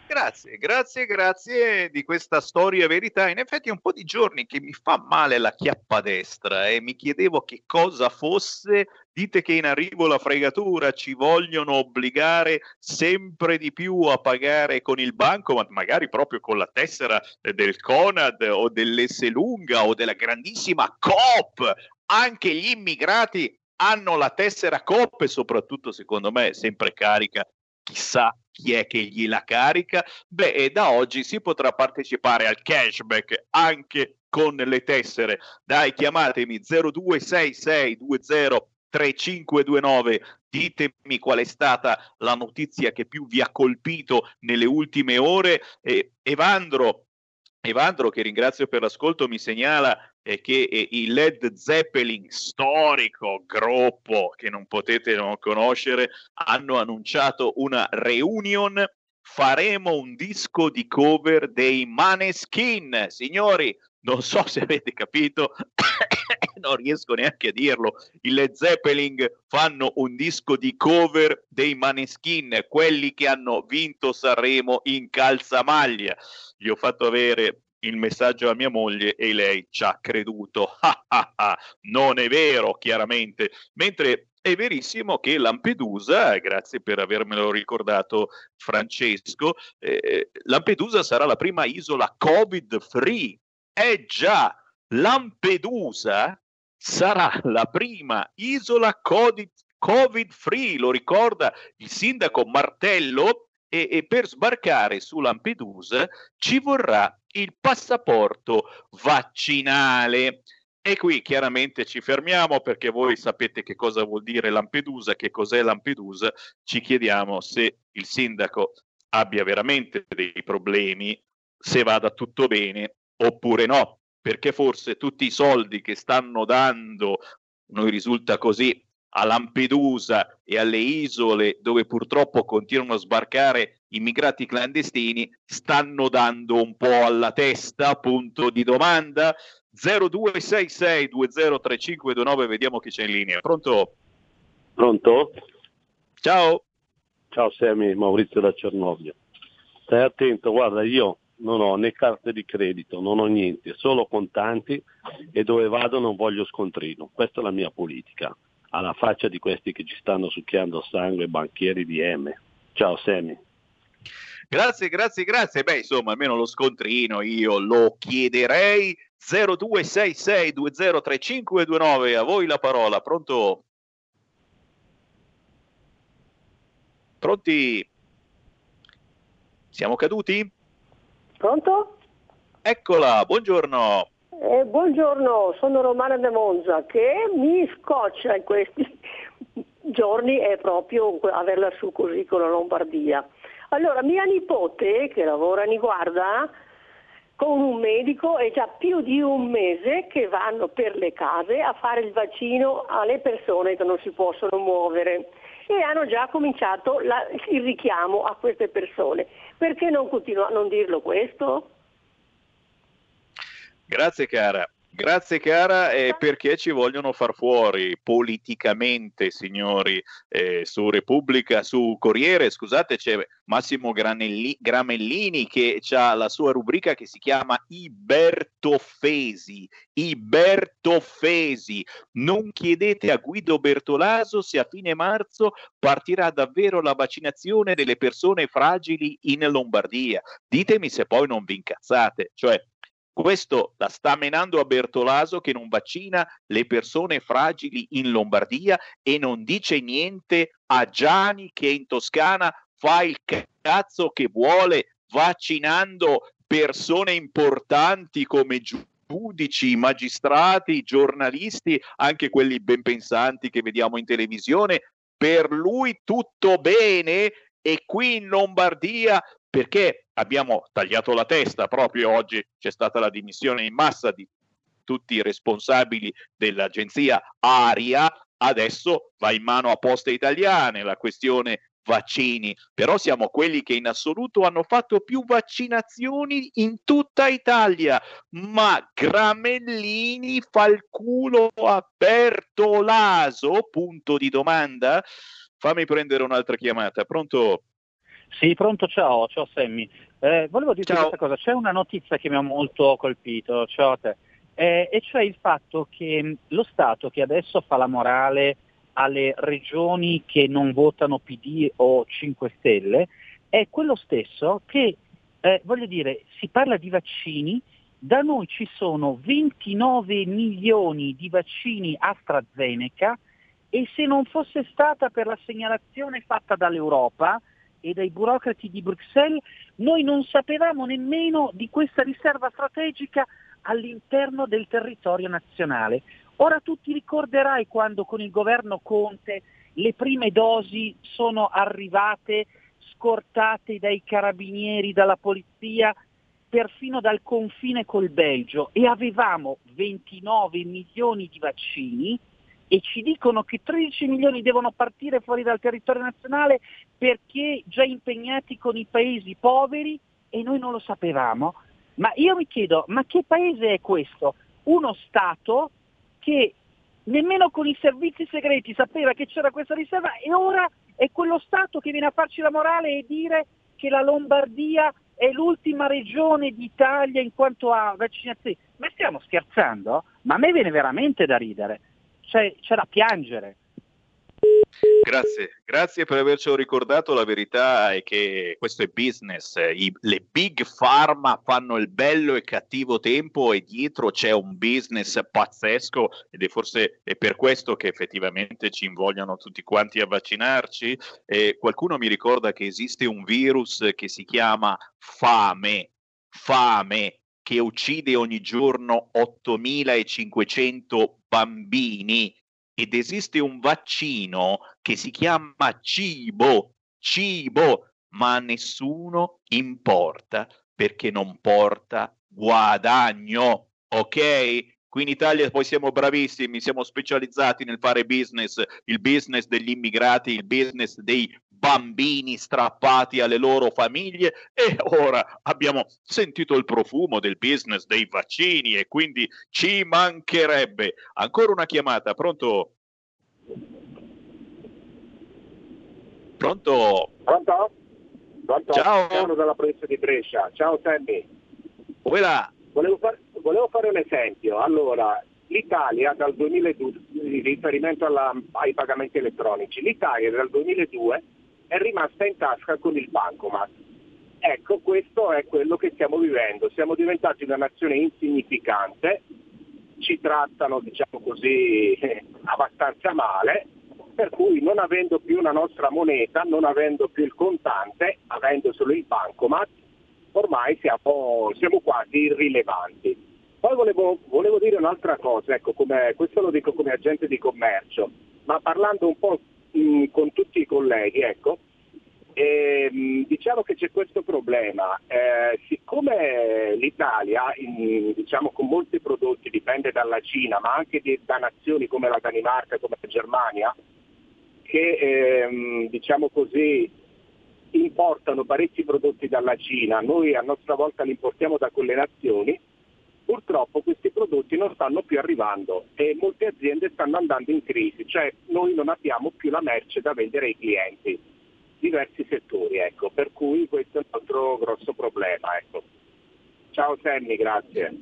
Grazie di questa storia verità. In effetti è un po' di giorni che mi fa male la chiappa destra e mi chiedevo che cosa fosse. Dite che in arrivo la fregatura, ci vogliono obbligare sempre di più a pagare con il bancomat, magari proprio con la tessera del Conad o dell'Esselunga o della grandissima Coop. Anche gli immigrati hanno la tessera Coop e soprattutto secondo me è sempre carica. Chissà chi è che gliela carica. E da oggi si potrà partecipare al cashback anche con le tessere. Dai, chiamatemi 0266203529, ditemi qual è stata la notizia che più vi ha colpito nelle ultime ore. Evandro, che ringrazio per l'ascolto, mi segnala che i Led Zeppelin, storico gruppo che non potete non conoscere, hanno annunciato una reunion. Faremo un disco di cover dei Maneskin, signori. Non so se avete capito, non riesco neanche a dirlo. I Led Zeppelin fanno un disco di cover dei Maneskin, quelli che hanno vinto Sanremo in calzamaglia. Gli ho fatto avere il messaggio a mia moglie e lei ci ha creduto. Non è vero, chiaramente. Mentre è verissimo che Lampedusa, grazie per avermelo ricordato Francesco, Lampedusa sarà la prima isola Covid-free. Già, Lampedusa sarà la prima isola Covid-free, lo ricorda il sindaco Martello, e per sbarcare su Lampedusa ci vorrà il passaporto vaccinale. E qui chiaramente ci fermiamo perché voi sapete che cosa vuol dire Lampedusa, che cos'è Lampedusa. Ci chiediamo se il sindaco abbia veramente dei problemi, se vada tutto bene oppure no, perché forse tutti i soldi che stanno dando, noi risulta così, a Lampedusa e alle isole dove purtroppo continuano a sbarcare immigrati clandestini, stanno dando un po' alla testa, punto di domanda. 0266203529, vediamo chi c'è in linea. Pronto? Ciao Sammy, Maurizio da Cernobbio. Stai attento, guarda, io non ho né carte di credito, non ho niente, solo contanti e dove vado non voglio scontrino. Questa è la mia politica, alla faccia di questi che ci stanno succhiando sangue, banchieri di M. Ciao Sammy. Grazie. Beh, insomma, almeno lo scontrino io lo chiederei. 0266203529, a voi la parola. Pronto? Pronti? Siamo caduti? Pronto? Eccola, buongiorno. Buongiorno, sono Romana da Monza. Che mi scoccia in questi giorni è proprio averla su così con la Lombardia. Allora, mia nipote, che lavora in guarda con un medico, è già più di un mese che vanno per le case a fare il vaccino alle persone che non si possono muovere e hanno già cominciato il richiamo a queste persone. Perché non continua a non dirlo questo? Grazie cara, perché ci vogliono far fuori politicamente, signori, su Repubblica, su Corriere, scusate, c'è Massimo Gramellini che ha la sua rubrica che si chiama Ibertofesi. Non chiedete a Guido Bertolaso se a fine marzo partirà davvero la vaccinazione delle persone fragili in Lombardia. Ditemi se poi non vi incazzate, cioè questo la sta menando a Bertolaso che non vaccina le persone fragili in Lombardia e non dice niente a Gianni che in Toscana fa il cazzo che vuole vaccinando persone importanti come giudici, magistrati, giornalisti, anche quelli ben pensanti che vediamo in televisione. Per lui tutto bene e qui in Lombardia perché abbiamo tagliato la testa proprio oggi, c'è stata la dimissione in massa di tutti i responsabili dell'agenzia ARIA, adesso va in mano a Poste Italiane la questione vaccini, però siamo quelli che in assoluto hanno fatto più vaccinazioni in tutta Italia, ma Gramellini fa il culo a Bertolaso? Punto di domanda. Fammi prendere un'altra chiamata, pronto? Sì, pronto, ciao Sammy. Volevo dirti questa cosa, c'è una notizia che mi ha molto colpito, ciao a te, e cioè il fatto che lo Stato che adesso fa la morale alle regioni che non votano PD o 5 Stelle è quello stesso che, voglio dire, si parla di vaccini, da noi ci sono 29 milioni di vaccini AstraZeneca e se non fosse stata per la segnalazione fatta dall'Europa e dai burocrati di Bruxelles, noi non sapevamo nemmeno di questa riserva strategica all'interno del territorio nazionale. Ora tu ti ricorderai quando con il governo Conte le prime dosi sono arrivate scortate dai carabinieri, dalla polizia, perfino dal confine col Belgio e avevamo 29 milioni di vaccini e ci dicono che 13 milioni devono partire fuori dal territorio nazionale perché già impegnati con i paesi poveri e noi non lo sapevamo. Ma io mi chiedo, ma che paese è questo? Uno Stato che nemmeno con i servizi segreti sapeva che c'era questa riserva e ora è quello Stato che viene a farci la morale e dire che la Lombardia è l'ultima regione d'Italia in quanto a vaccinazioni. Ma stiamo scherzando? Ma a me viene veramente da ridere. C'è da piangere. Grazie per avercelo ricordato. La verità è che questo è business, le big pharma fanno il bello e cattivo tempo e dietro c'è un business pazzesco ed è forse è per questo che effettivamente ci invogliano tutti quanti a vaccinarci. Qualcuno mi ricorda che esiste un virus che si chiama fame che uccide ogni giorno 8.500 bambini ed esiste un vaccino che si chiama cibo, ma a nessuno importa perché non porta guadagno, ok? Qui in Italia poi siamo bravissimi, siamo specializzati nel fare business, il business degli immigrati, il business dei bambini strappati alle loro famiglie e ora abbiamo sentito il profumo del business dei vaccini e quindi ci mancherebbe. Ancora una chiamata, pronto? Pronto? Ciao. Sono dalla provincia di Brescia. Ciao Sammy. Volevo fare un esempio. Allora, l'Italia dal 2002, in riferimento ai pagamenti elettronici, l'Italia dal 2002 è rimasta in tasca con il bancomat. Ecco, questo è quello che stiamo vivendo. Siamo diventati una nazione insignificante, ci trattano, diciamo così, abbastanza male, per cui non avendo più una nostra moneta, non avendo più il contante, avendo solo il bancomat, ormai siamo quasi irrilevanti. Poi volevo dire un'altra cosa, ecco, questo lo dico come agente di commercio, ma parlando un po' con tutti i colleghi, ecco, diciamo che c'è questo problema, siccome l'Italia, diciamo con molti prodotti dipende dalla Cina, ma anche da nazioni come la Danimarca, come la Germania, che diciamo così importano parecchi prodotti dalla Cina, noi a nostra volta li importiamo da quelle nazioni. Purtroppo questi prodotti non stanno più arrivando e molte aziende stanno andando in crisi, cioè noi non abbiamo più la merce da vendere ai clienti, diversi settori, ecco, per cui questo è un altro grosso problema, ecco. Ciao Sammy, grazie.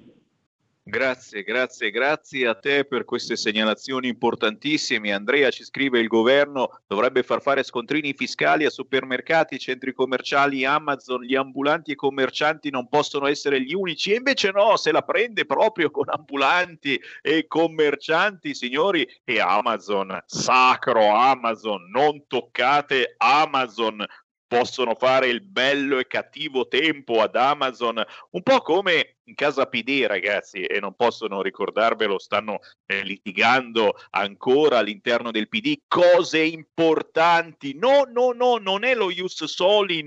Grazie a te per queste segnalazioni importantissime. Andrea ci scrive: il governo dovrebbe far fare scontrini fiscali a supermercati, centri commerciali, Amazon, gli ambulanti e commercianti non possono essere gli unici, e invece no, se la prende proprio con ambulanti e commercianti, signori, e Amazon, sacro Amazon, non toccate Amazon. Possono fare il bello e cattivo tempo ad Amazon, un po' come in casa PD, ragazzi, e non possono ricordarvelo, stanno litigando ancora all'interno del PD, cose importanti, no, non è lo ius soli,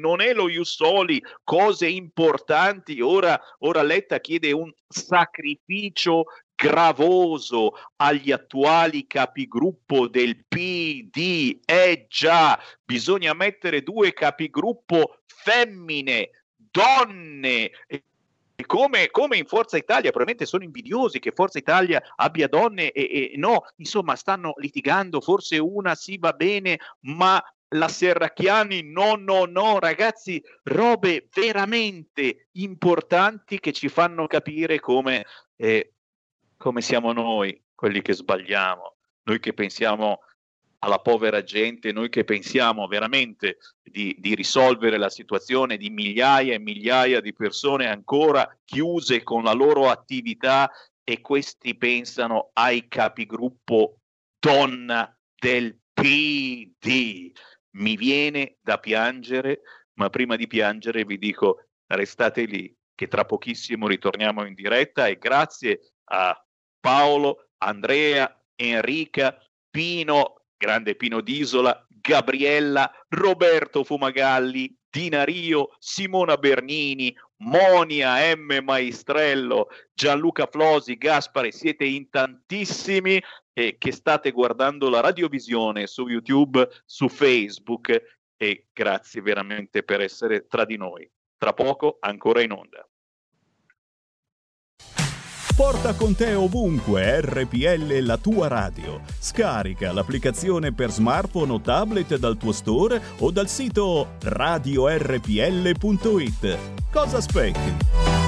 cose importanti. Ora Letta chiede un sacrificio gravoso agli attuali capigruppo del PD. Già, bisogna mettere 2 capigruppo femmine, donne. Come in Forza Italia, probabilmente sono invidiosi che Forza Italia abbia donne e no, insomma stanno litigando, forse una sì va bene, ma la Serracchiani no, ragazzi, robe veramente importanti che ci fanno capire come siamo noi, quelli che sbagliamo, noi che pensiamo alla povera gente, noi che pensiamo veramente di risolvere la situazione di migliaia e migliaia di persone ancora chiuse con la loro attività, e questi pensano ai capigruppo donna del PD. Mi viene da piangere, ma prima di piangere vi dico: restate lì, che tra pochissimo ritorniamo in diretta, e grazie a Paolo, Andrea, Enrica, Pino, grande Pino d'Isola, Gabriella, Roberto Fumagalli, Dina Rio, Simona Bernini, Monia M. Maestrello, Gianluca Flosi, Gaspare, siete in tantissimi che state guardando la radiovisione su YouTube, su Facebook, e grazie veramente per essere tra di noi. Tra poco ancora in onda. Porta con te ovunque RPL, la tua radio. Scarica l'applicazione per smartphone o tablet dal tuo store o dal sito radiorpl.it. Cosa aspetti?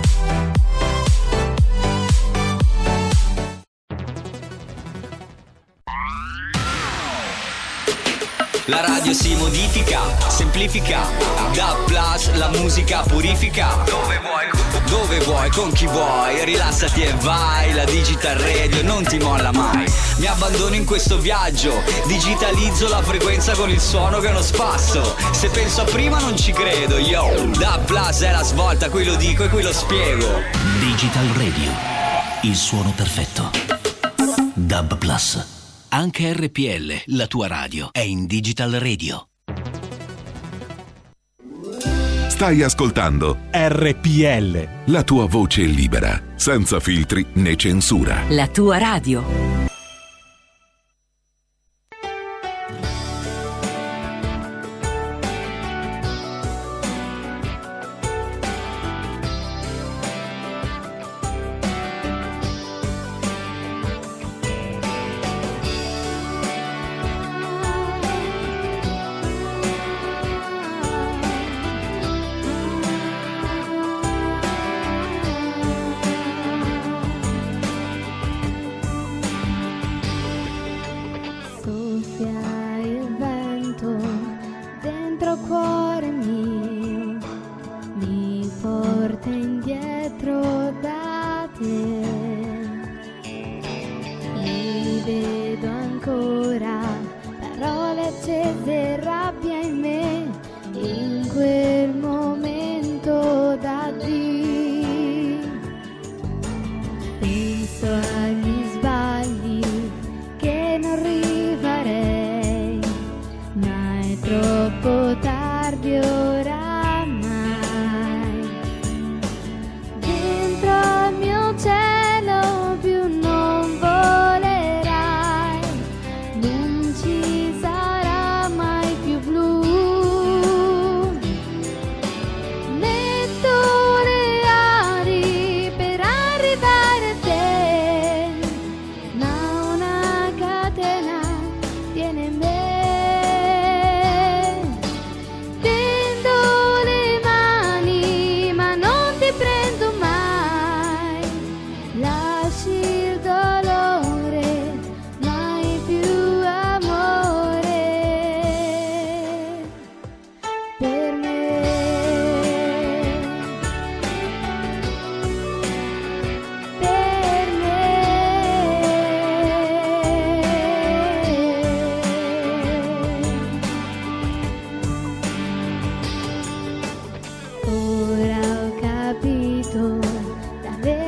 La radio si modifica, semplifica, da plus la musica purifica. Dove vuoi, con chi vuoi, rilassati e vai. La Digital Radio non ti molla mai. Mi abbandono in questo viaggio, digitalizzo la frequenza con il suono che è uno spasso. Se penso a prima non ci credo, yo. Da plus è la svolta, qui lo dico e qui lo spiego. Digital Radio, il suono perfetto. DAB Plus. Anche RPL, la tua radio, è in Digital Radio. Stai ascoltando RPL, la tua voce libera, senza filtri né censura. La tua radio.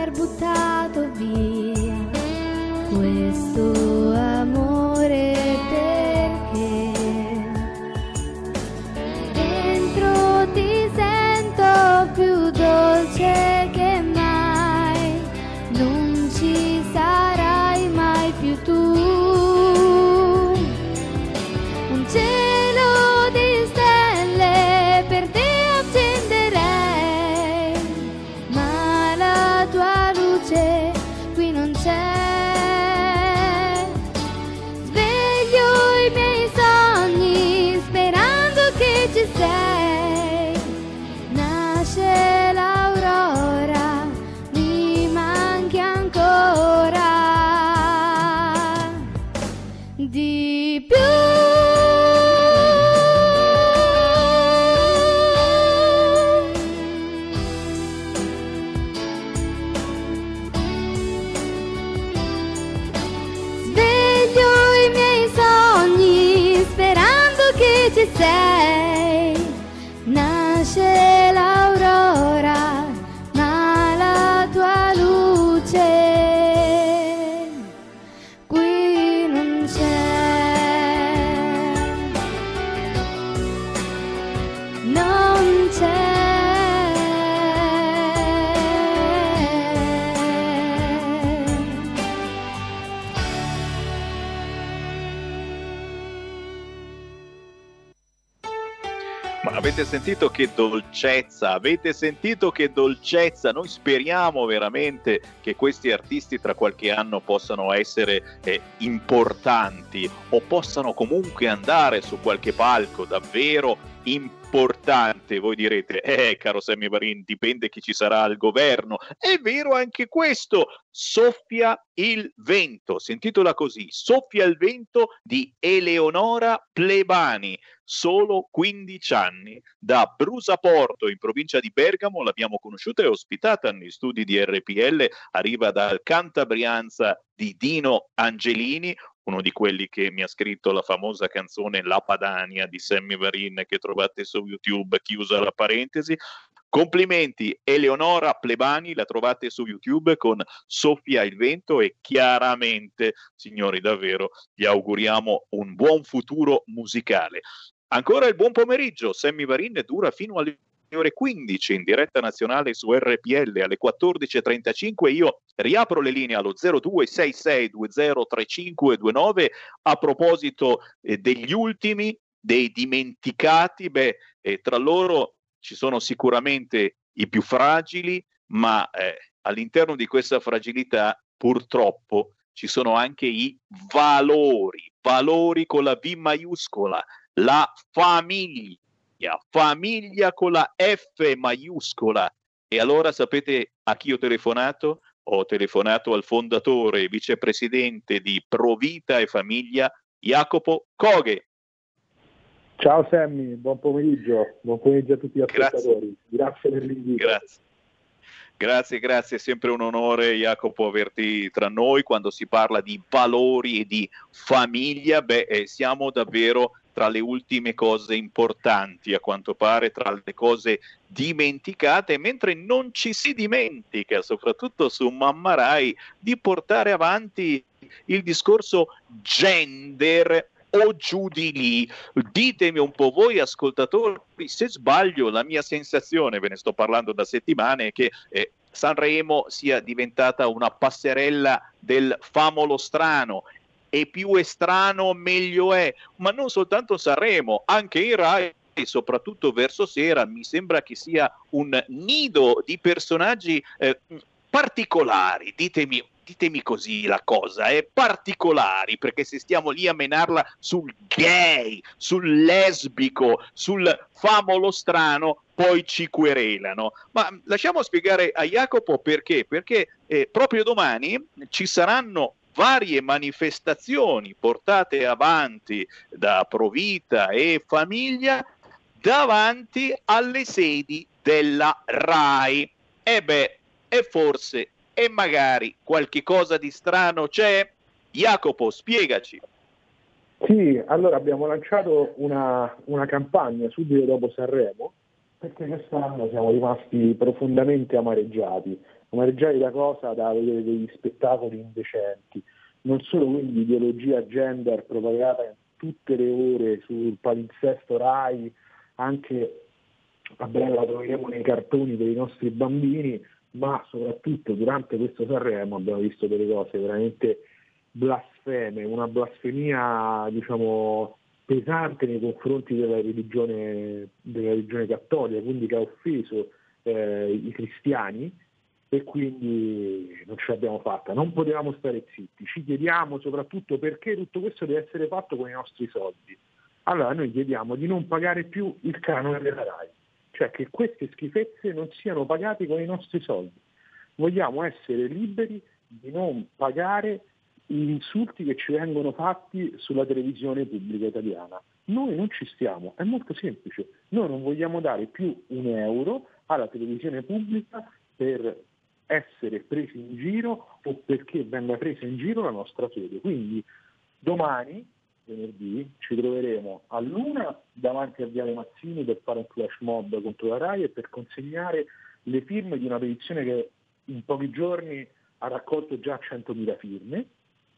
aver buttato via questo amore, perché dentro ti sento più dolce che mai, non ci sarai mai più tu. Un cielo di stelle per te accenderei, ma la tua luce qui non c'è. Sveglio i miei sogni sperando che ci sei. Nasce l'aurora, mi manchi ancora di più. Ci sei, nasce l'aurora, ma la tua luce qui non c'è, non c'è. Avete sentito che dolcezza, avete sentito che dolcezza. Noi speriamo veramente che questi artisti tra qualche anno possano essere importanti o possano comunque andare su qualche palco davvero importante. Voi direte, caro Sammy Varin, dipende chi ci sarà al governo. È vero anche questo. Soffia il vento, si intitola così, Soffia il vento di Eleonora Plebani, solo 15 anni, da Brusaporto in provincia di Bergamo. L'abbiamo conosciuta e ospitata negli studi di RPL, arriva dal Cantabrianza di Dino Angelini, uno di quelli che mi ha scritto la famosa canzone La Padania di Sammy Varin che trovate su YouTube, chiusa la parentesi. Complimenti Eleonora Plebani, la trovate su YouTube con Soffia il vento e chiaramente, signori, davvero gli auguriamo un buon futuro musicale. Ancora il buon pomeriggio, Sammy Varin dura fino alle ore 15 in diretta nazionale su RPL. Alle 14.35 io riapro le linee allo 0266203529 a proposito degli ultimi, dei dimenticati. Tra loro ci sono sicuramente i più fragili, ma all'interno di questa fragilità purtroppo ci sono anche i valori con la V maiuscola, la famiglia con la F maiuscola. E allora sapete a chi ho telefonato? Ho telefonato al fondatore e vicepresidente di Provita e Famiglia, Jacopo Coghe. Ciao Sammy, buon pomeriggio a tutti gli ascoltatori. Grazie per l'invito. Grazie, è sempre un onore, Jacopo, averti tra noi quando si parla di valori e di famiglia. Siamo davvero tra le ultime cose importanti, a quanto pare, tra le cose dimenticate, mentre non ci si dimentica, soprattutto su Mamma Rai, di portare avanti il discorso gender o giù di lì. Ditemi un po' voi ascoltatori se sbaglio. La mia sensazione, ve ne sto parlando da settimane, è che Sanremo sia diventata una passerella del famolo strano, e più è strano meglio è, ma non soltanto Sanremo, anche in Rai, e soprattutto verso sera mi sembra che sia un nido di personaggi particolari. Ditemi così la cosa, particolari, perché se stiamo lì a menarla sul gay, sul lesbico, sul famolo strano, poi ci querelano. Ma lasciamo spiegare a Jacopo perché proprio domani ci saranno varie manifestazioni portate avanti da Provita e Famiglia davanti alle sedi della Rai. E forse e magari qualche cosa di strano c'è? Jacopo, spiegaci. Sì, allora abbiamo lanciato una campagna subito dopo Sanremo, perché quest'anno siamo rimasti profondamente amareggiati. Amareggiare da cosa? Da vedere degli spettacoli indecenti. Non solo quindi ideologia gender propagata in tutte le ore sul palinsesto Rai, anche a breve la troveremo nei cartoni per i nostri bambini, ma soprattutto durante questo Sanremo abbiamo visto delle cose veramente blasfeme, una blasfemia diciamo pesante nei confronti della religione cattolica, quindi che ha offeso i cristiani, e quindi non ce l'abbiamo fatta, non potevamo stare zitti. Ci chiediamo soprattutto perché tutto questo deve essere fatto con i nostri soldi. Allora noi chiediamo di non pagare più il canone della Rai, cioè che queste schifezze non siano pagate con i nostri soldi. Vogliamo essere liberi di non pagare gli insulti che ci vengono fatti sulla televisione pubblica italiana. Noi non ci stiamo, è molto semplice, noi non vogliamo dare più €1 alla televisione pubblica per essere presi in giro o perché venga presa in giro la nostra fede. Quindi domani, venerdì, ci troveremo all'1 davanti a Viale Mazzini per fare un flash mob contro la Rai e per consegnare le firme di una petizione che in pochi giorni ha raccolto già 100.000 firme,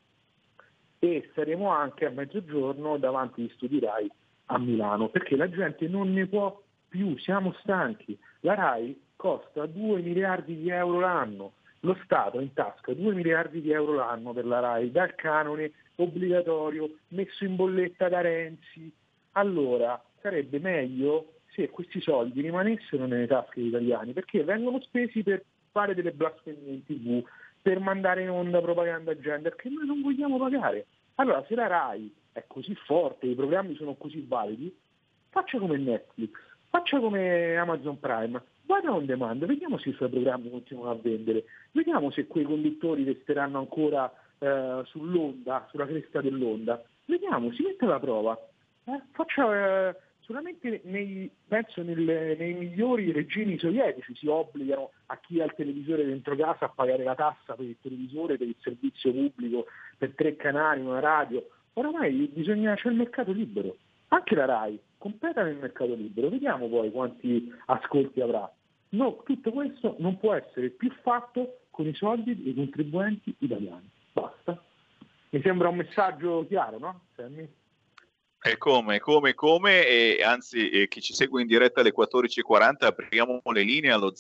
e saremo anche a mezzogiorno davanti agli studi Rai a Milano, perché la gente non ne può più, siamo stanchi. La Rai costa 2 miliardi di euro l'anno, lo Stato ha in tasca 2 miliardi di euro l'anno per la Rai, dal canone obbligatorio messo in bolletta da Renzi. Allora sarebbe meglio se questi soldi rimanessero nelle tasche degli italiani, perché vengono spesi per fare delle blasfemie in TV, per mandare in onda propaganda gender che noi non vogliamo pagare. Allora se la Rai è così forte, i programmi sono così validi, faccia come Netflix, faccia come Amazon Prime, vada on demand, vediamo se i suoi programmi continuano a vendere, vediamo se quei conduttori resteranno ancora sull'onda, sulla cresta dell'onda, vediamo, si mette alla prova, faccia solamente nei migliori regimi sovietici si obbligano a chi ha il televisore dentro casa a pagare la tassa per il televisore, per il servizio pubblico, per 3 canali, una radio. Oramai c'è il mercato libero, anche la Rai competa nel mercato libero, vediamo poi quanti ascolti avrà. No, tutto questo non può essere più fatto con i soldi dei contribuenti italiani. Basta. Mi sembra un messaggio chiaro, no? Sammy? E come, e anzi chi ci segue in diretta alle 14.40 apriamo le linee allo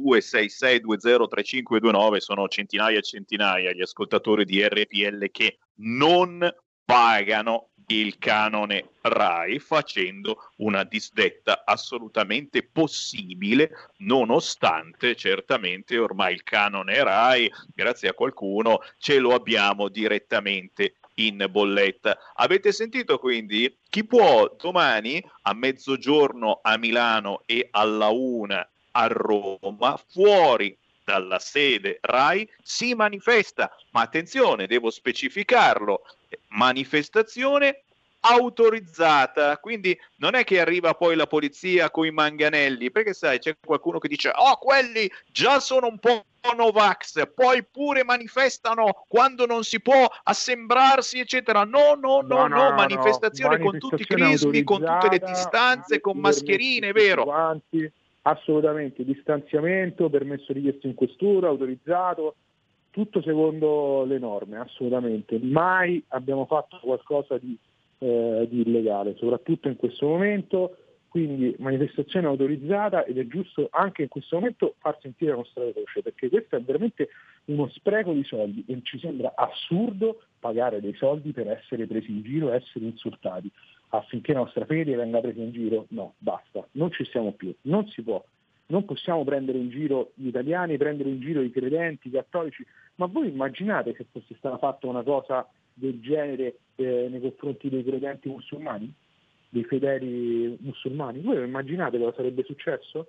0266203529, sono centinaia e centinaia gli ascoltatori di RPL che non pagano il canone Rai, facendo una disdetta assolutamente possibile, nonostante certamente ormai il canone Rai, grazie a qualcuno, ce lo abbiamo direttamente in bolletta. Avete sentito quindi? Chi può domani a mezzogiorno a Milano e alla 1 a Roma, fuori dalla sede Rai, si manifesta, ma attenzione, devo specificarlo, manifestazione autorizzata, quindi non è che arriva poi la polizia coi manganelli, perché sai c'è qualcuno che dice quelli già sono un po' Novax, poi pure manifestano quando non si può assembrarsi eccetera. No, manifestazione con tutti i crismi, con tutte le distanze, con mascherine, vero? Quanti, assolutamente, distanziamento, permesso richiesto in questura, autorizzato, tutto secondo le norme, assolutamente. Mai abbiamo fatto qualcosa di illegale, soprattutto in questo momento, quindi manifestazione autorizzata, ed è giusto anche in questo momento far sentire la nostra voce, perché questo è veramente uno spreco di soldi e ci sembra assurdo pagare dei soldi per essere presi in giro, essere insultati, affinché la nostra fede venga presa in giro. No, basta, non ci siamo più, non si può, non possiamo prendere in giro gli italiani, prendere in giro i credenti, i cattolici. Ma voi immaginate se fosse stata fatta una cosa del genere nei confronti dei credenti musulmani, dei fedeli musulmani? Voi immaginate cosa sarebbe successo?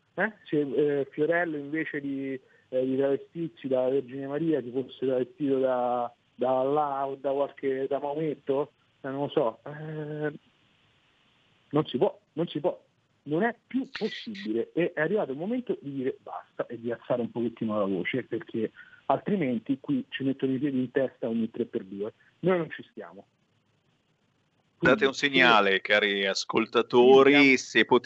Se Fiorello invece di travestirsi da Vergine Maria si fosse travestito da Allah o da Maometto? Non lo so. Non si può, non è più possibile, e è arrivato il momento di dire basta e di alzare un pochettino la voce, perché altrimenti qui ci mettono i piedi in testa ogni 3x2. Noi non ci stiamo. Date un segnale, cari ascoltatori, se potete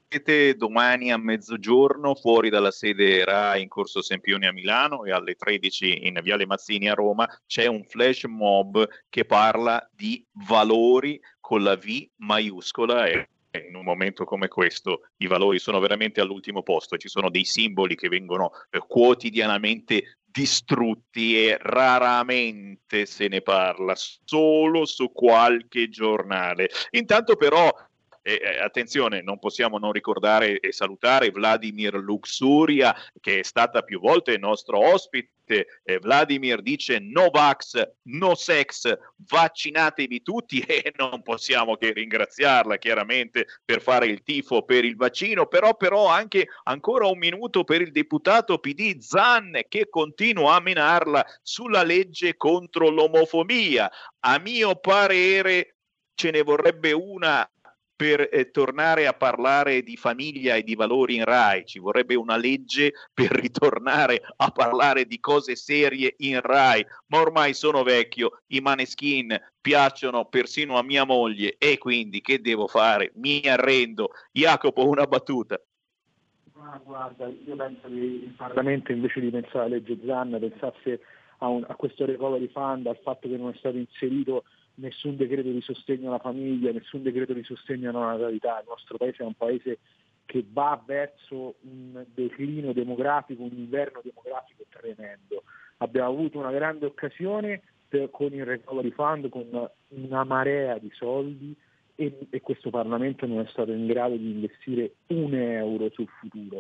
domani a mezzogiorno fuori dalla sede RAI in Corso Sempioni a Milano e alle 13 in Viale Mazzini a Roma c'è un flash mob che parla di valori con la V maiuscola e in un momento come questo i valori sono veramente all'ultimo posto, ci sono dei simboli che vengono quotidianamente distrutti e raramente se ne parla, solo su qualche giornale. Intanto però attenzione, non possiamo non ricordare e salutare Vladimir Luxuria, che è stata più volte il nostro ospite. Vladimir dice no vax, no sex, vaccinatevi tutti e non possiamo che ringraziarla chiaramente per fare il tifo per il vaccino, però anche ancora un minuto per il deputato PD Zan che continua a menarla sulla legge contro l'omofobia. A mio parere ce ne vorrebbe una per tornare a parlare di famiglia e di valori in Rai, ci vorrebbe una legge per ritornare a parlare di cose serie in Rai, ma ormai sono vecchio, i Maneskin piacciono persino a mia moglie e quindi che devo fare? Mi arrendo. Jacopo, una battuta. Guarda, io penso che il Parlamento invece di pensare alla legge Zan pensasse a questo recovery fund, al fatto che non è stato inserito nessun decreto di sostegno alla famiglia, nessun decreto di sostegno alla natalità. Il nostro paese è un paese che va verso un declino demografico, un inverno demografico tremendo. Abbiamo avuto una grande occasione con il Recovery Fund, con una marea di soldi e questo Parlamento non è stato in grado di investire un euro sul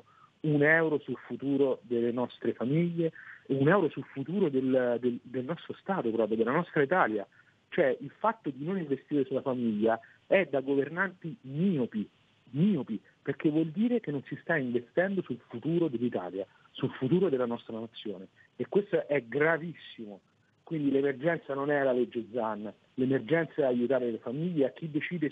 futuro delle nostre famiglie, un euro sul futuro del nostro Stato, proprio della nostra Italia. Cioè il fatto di non investire sulla famiglia è da governanti miopi, perché vuol dire che non si sta investendo sul futuro dell'Italia, sul futuro della nostra nazione e questo è gravissimo. Quindi l'emergenza non è la legge Zan, l'emergenza è aiutare le famiglie, a chi decide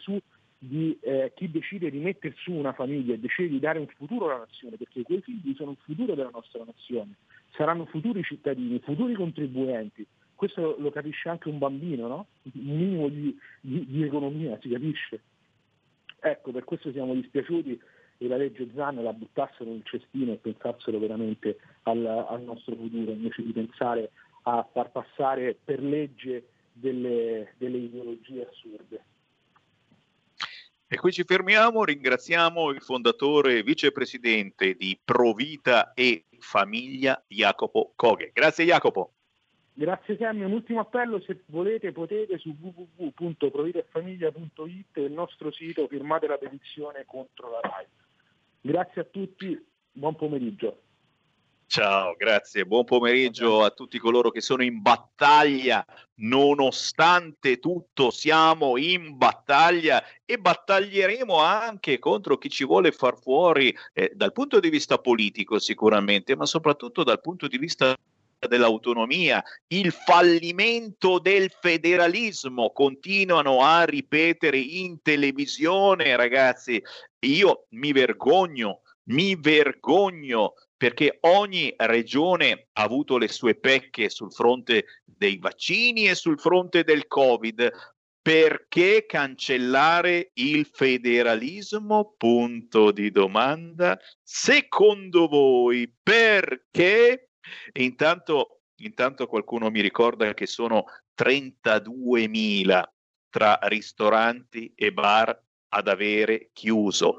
di mettere su una famiglia e decide di dare un futuro alla nazione, perché quei figli sono il futuro della nostra nazione, saranno futuri cittadini, futuri contribuenti. Questo lo capisce anche un bambino, no? Un minimo di economia, si capisce. Ecco, per questo siamo dispiaciuti e la legge Zan la buttassero nel cestino e pensassero veramente al nostro futuro, invece di pensare a far passare per legge delle ideologie assurde. E qui ci fermiamo, ringraziamo il fondatore e vicepresidente di Provita e Famiglia, Jacopo Coghe. Grazie Jacopo. Grazie Sammy, un ultimo appello, se volete potete su www.provitaefamiglia.it, il nostro sito, firmate la petizione contro la RAI. Grazie a tutti, buon pomeriggio. Ciao, grazie, buon pomeriggio a tutti coloro che sono in battaglia, nonostante tutto siamo in battaglia e battaglieremo anche contro chi ci vuole far fuori dal punto di vista politico sicuramente, ma soprattutto dal punto di vista dell'autonomia, il fallimento del federalismo, continuano a ripetere in televisione, ragazzi. Io mi vergogno perché ogni regione ha avuto le sue pecche sul fronte dei vaccini e sul fronte del Covid. Perché cancellare il federalismo? Punto di domanda. Secondo voi perché? E intanto qualcuno mi ricorda che sono 32.000 tra ristoranti e bar ad avere chiuso.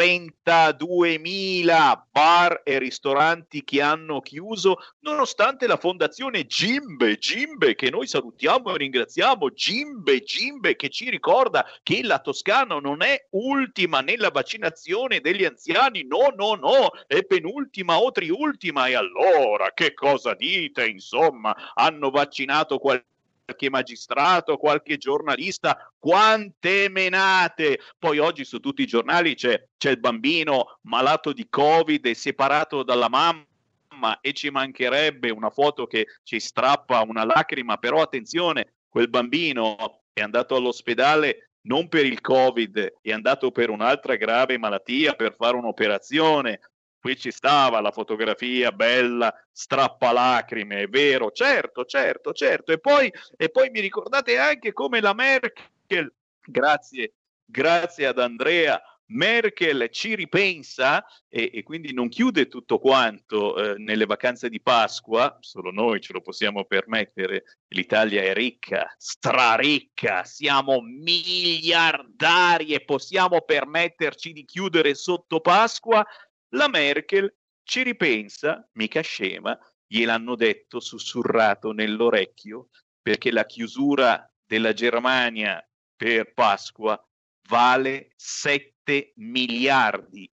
32.000 bar e ristoranti che hanno chiuso, nonostante la fondazione Gimbe, che noi salutiamo e ringraziamo, Gimbe che ci ricorda che la Toscana non è ultima nella vaccinazione degli anziani, no, è penultima o triultima. E allora che cosa dite? Insomma, hanno vaccinato qualche magistrato, qualche giornalista, quante menate. Poi oggi su tutti i giornali c'è il bambino malato di Covid e separato dalla mamma e ci mancherebbe una foto che ci strappa una lacrima, però attenzione, quel bambino è andato all'ospedale non per il Covid, è andato per un'altra grave malattia, per fare un'operazione. Qui ci stava la fotografia bella, strappalacrime, è vero, certo. E poi mi ricordate anche come la Merkel, grazie ad Andrea, Merkel ci ripensa e quindi non chiude tutto quanto nelle vacanze di Pasqua, solo noi ce lo possiamo permettere, l'Italia è ricca, straricca, siamo miliardari e possiamo permetterci di chiudere sotto Pasqua. La Merkel ci ripensa, mica scema, gliel'hanno detto sussurrato nell'orecchio, perché la chiusura della Germania per Pasqua vale 7 miliardi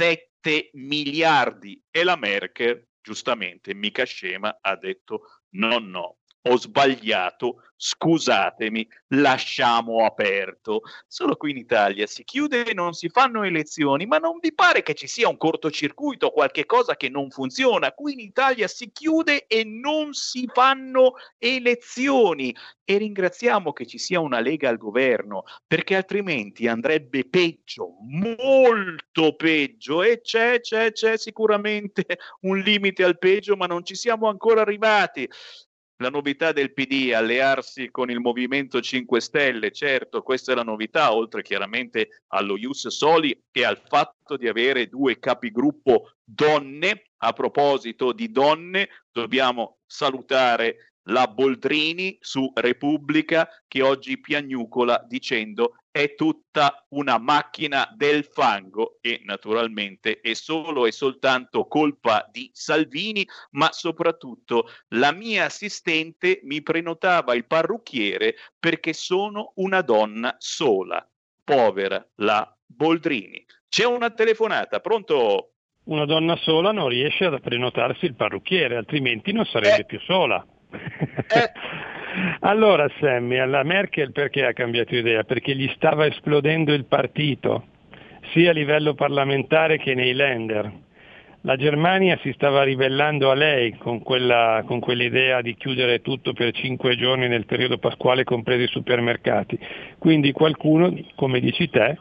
e la Merkel, giustamente, mica scema, ha detto no, ho sbagliato, scusatemi, lasciamo aperto. Solo qui in Italia si chiude e non si fanno elezioni, ma non vi pare che ci sia un cortocircuito, qualche cosa che non funziona? Qui in Italia si chiude e non si fanno elezioni. E ringraziamo che ci sia una Lega al governo, perché altrimenti andrebbe peggio, molto peggio, e c'è sicuramente un limite al peggio, ma non ci siamo ancora arrivati. La novità del PD, allearsi con il Movimento 5 Stelle, certo, questa è la novità, oltre chiaramente allo Ius Soli e al fatto di avere 2 capigruppo donne. A proposito di donne, dobbiamo salutare la Boldrini su Repubblica, che oggi piagnucola dicendo è tutta una macchina del fango, e naturalmente è solo e soltanto colpa di Salvini, ma soprattutto la mia assistente mi prenotava il parrucchiere perché sono una donna sola. Povera la Boldrini. C'è una telefonata, pronto? Una donna sola non riesce a prenotarsi il parrucchiere, altrimenti non sarebbe più sola. Allora Sammy, alla Merkel perché ha cambiato idea? Perché gli stava esplodendo il partito, sia a livello parlamentare che nei Länder. La Germania si stava ribellando a lei con quell'idea di chiudere tutto per 5 giorni nel periodo pasquale, compresi i supermercati. Quindi qualcuno, come dici te,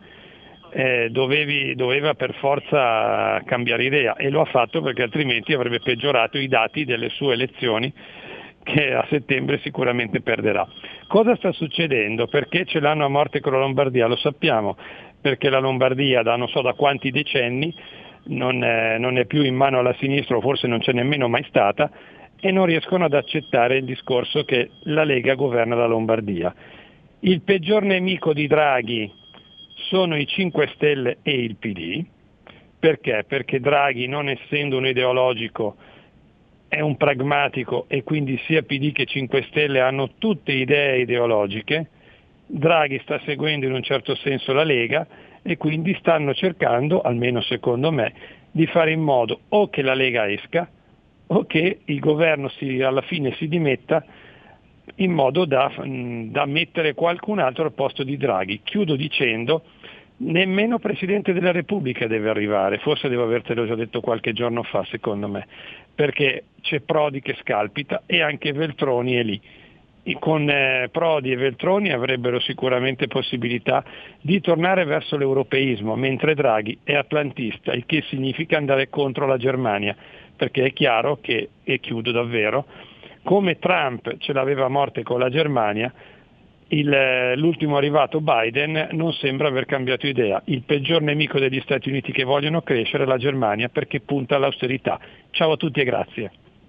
doveva per forza cambiare idea, e lo ha fatto perché altrimenti avrebbe peggiorato i dati delle sue elezioni, che a settembre sicuramente perderà. Cosa sta succedendo? Perché ce l'hanno a morte con la Lombardia? Lo sappiamo, perché la Lombardia da non so da quanti decenni non è più in mano alla sinistra, o forse non c'è nemmeno mai stata, e non riescono ad accettare il discorso che la Lega governa la Lombardia. Il peggior nemico di Draghi sono i 5 Stelle e il PD. Perché? Perché Draghi, non essendo un ideologico, è un pragmatico, e quindi sia PD che 5 Stelle hanno tutte idee ideologiche. Draghi sta seguendo in un certo senso la Lega, e quindi stanno cercando, almeno secondo me, di fare in modo o che la Lega esca o che il governo alla fine si dimetta, in modo da mettere qualcun altro al posto di Draghi. Chiudo dicendo: nemmeno Presidente della Repubblica deve arrivare, forse devo avertelo già detto qualche giorno fa, secondo me, perché c'è Prodi che scalpita e anche Veltroni è lì. Con Prodi e Veltroni avrebbero sicuramente possibilità di tornare verso l'europeismo, mentre Draghi è atlantista, il che significa andare contro la Germania, perché è chiaro che, e chiudo davvero, come Trump ce l'aveva a morte con la Germania, l'ultimo arrivato Biden non sembra aver cambiato idea. Il peggior nemico degli Stati Uniti che vogliono crescere è la Germania, perché punta all'austerità. Ciao a tutti e grazie.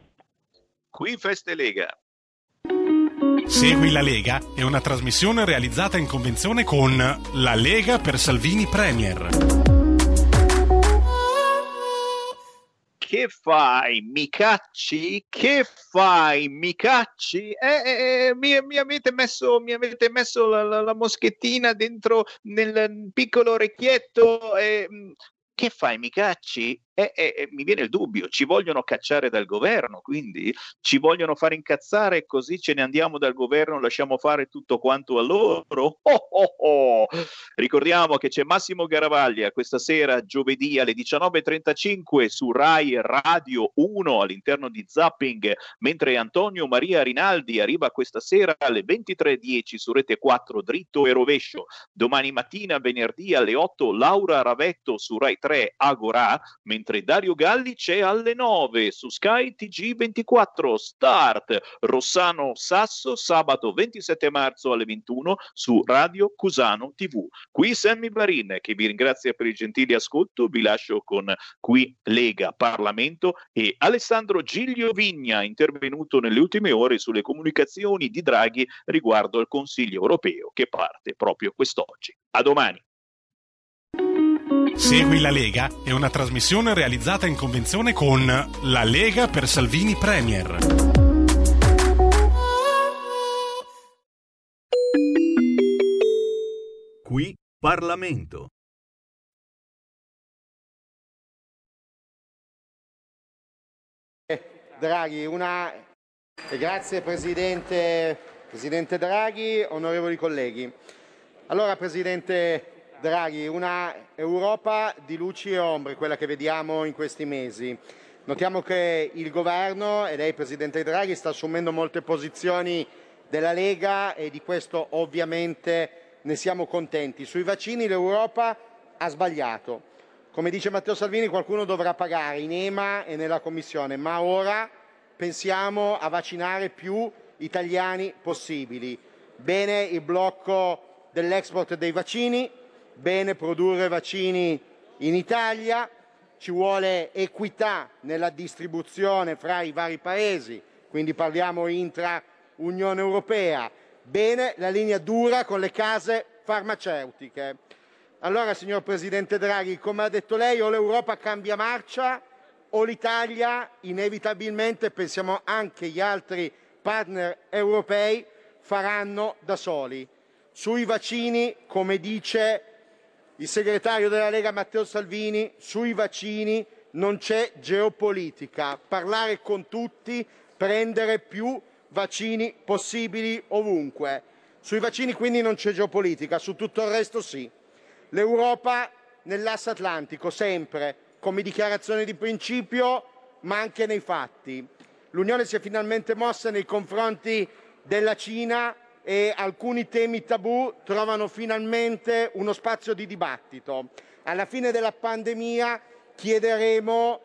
Qui Feste Lega. Segui la Lega è una trasmissione realizzata in convenzione con La Lega per Salvini Premier. Che fai, mi cacci? Che fai, mi cacci? Mi avete messo la moschettina dentro nel piccolo orecchietto. Che fai, mi cacci? Mi viene il dubbio, ci vogliono cacciare dal governo, quindi ci vogliono far incazzare, così ce ne andiamo dal governo, lasciamo fare tutto quanto a loro. Ricordiamo che c'è Massimo Garavaglia questa sera, giovedì alle 19:35 su Rai Radio 1 all'interno di Zapping, mentre Antonio Maria Rinaldi arriva questa sera alle 23:10 su Rete 4 Dritto e Rovescio. Domani mattina, venerdì alle 8, Laura Ravetto su Rai 3 Agorà, mentre mentre Dario Galli c'è alle 9 su Sky TG24 Start. Rossano Sasso sabato 27 marzo alle 21 su Radio Cusano TV. Qui Sammy Varin che vi ringrazia per il gentile ascolto, vi lascio con Qui Lega Parlamento e Alessandro Giglio Vigna, intervenuto nelle ultime ore sulle comunicazioni di Draghi riguardo al Consiglio europeo che parte proprio quest'oggi. A domani. Segui la Lega è una trasmissione realizzata in convenzione con La Lega per Salvini Premier. Qui Parlamento. Draghi, grazie Presidente Draghi, onorevoli colleghi. Allora Presidente Draghi, una Europa di luci e ombre, quella che vediamo in questi mesi. Notiamo che il governo e lei Presidente Draghi sta assumendo molte posizioni della Lega e di questo ovviamente ne siamo contenti. Sui vaccini l'Europa ha sbagliato. Come dice Matteo Salvini, qualcuno dovrà pagare in EMA e nella Commissione, ma ora pensiamo a vaccinare più italiani possibili. Bene il blocco dell'export dei vaccini, bene produrre vaccini in Italia, ci vuole equità nella distribuzione fra i vari paesi, quindi parliamo intra Unione Europea, bene la linea dura con le case farmaceutiche. Allora, signor Presidente Draghi, come ha detto lei, o l'Europa cambia marcia o l'Italia inevitabilmente, pensiamo anche gli altri partner europei, faranno da soli. Sui vaccini, come dice il segretario della Lega Matteo Salvini, sui vaccini non c'è geopolitica. Parlare con tutti, prendere più vaccini possibili ovunque. Sui vaccini quindi non c'è geopolitica, su tutto il resto sì. L'Europa nell'asse atlantico, sempre, come dichiarazione di principio, ma anche nei fatti. L'Unione si è finalmente mossa nei confronti della Cina e alcuni temi tabù trovano finalmente uno spazio di dibattito. Alla fine della pandemia chiederemo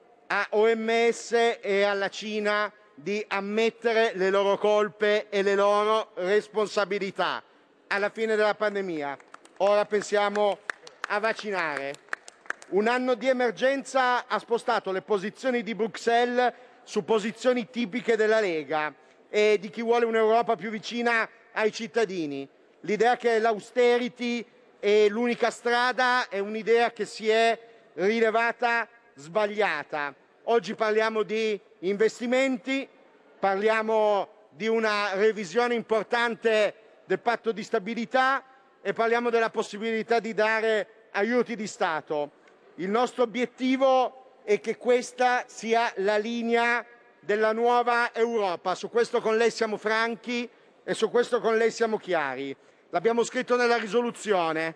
a OMS e alla Cina di ammettere le loro colpe e le loro responsabilità. Alla fine della pandemia. Ora pensiamo a vaccinare. Un anno di emergenza ha spostato le posizioni di Bruxelles su posizioni tipiche della Lega e di chi vuole un'Europa più vicina ai cittadini. L'idea che l'austerity è l'unica strada è un'idea che si è rilevata sbagliata. Oggi parliamo di investimenti, parliamo di una revisione importante del patto di stabilità e parliamo della possibilità di dare aiuti di Stato. Il nostro obiettivo è che questa sia la linea della nuova Europa. Su questo con lei siamo franchi e su questo con lei siamo chiari. L'abbiamo scritto nella risoluzione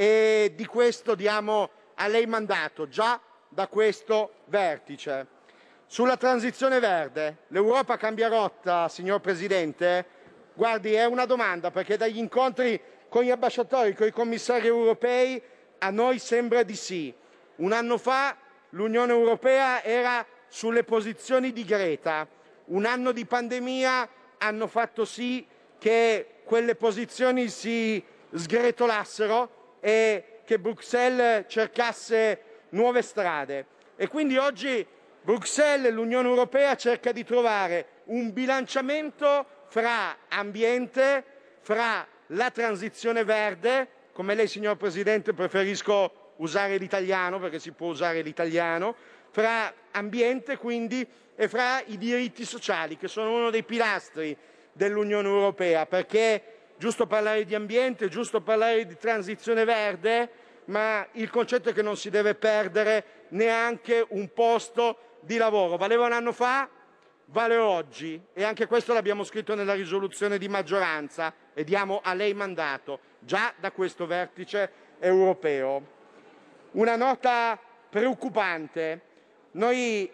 e di questo diamo a lei mandato già da questo vertice. Sulla transizione verde, l'Europa cambia rotta, signor Presidente? Guardi, è una domanda perché dagli incontri con gli ambasciatori, con i commissari europei, a noi sembra di sì. Un anno fa l'Unione Europea era sulle posizioni di Greta. Un anno di pandemia hanno fatto sì che quelle posizioni si sgretolassero e che Bruxelles cercasse nuove strade. E quindi oggi Bruxelles e l'Unione Europea cerca di trovare un bilanciamento fra ambiente, fra la transizione verde, come lei signor Presidente preferisco usare l'italiano perché si può usare l'italiano, fra ambiente quindi e fra i diritti sociali che sono uno dei pilastri dell'Unione Europea, perché è giusto parlare di ambiente, è giusto parlare di transizione verde, ma il concetto è che non si deve perdere neanche un posto di lavoro. Valeva un anno fa, vale oggi e anche questo l'abbiamo scritto nella risoluzione di maggioranza e diamo a lei mandato già da questo vertice europeo. Una nota preoccupante. Noi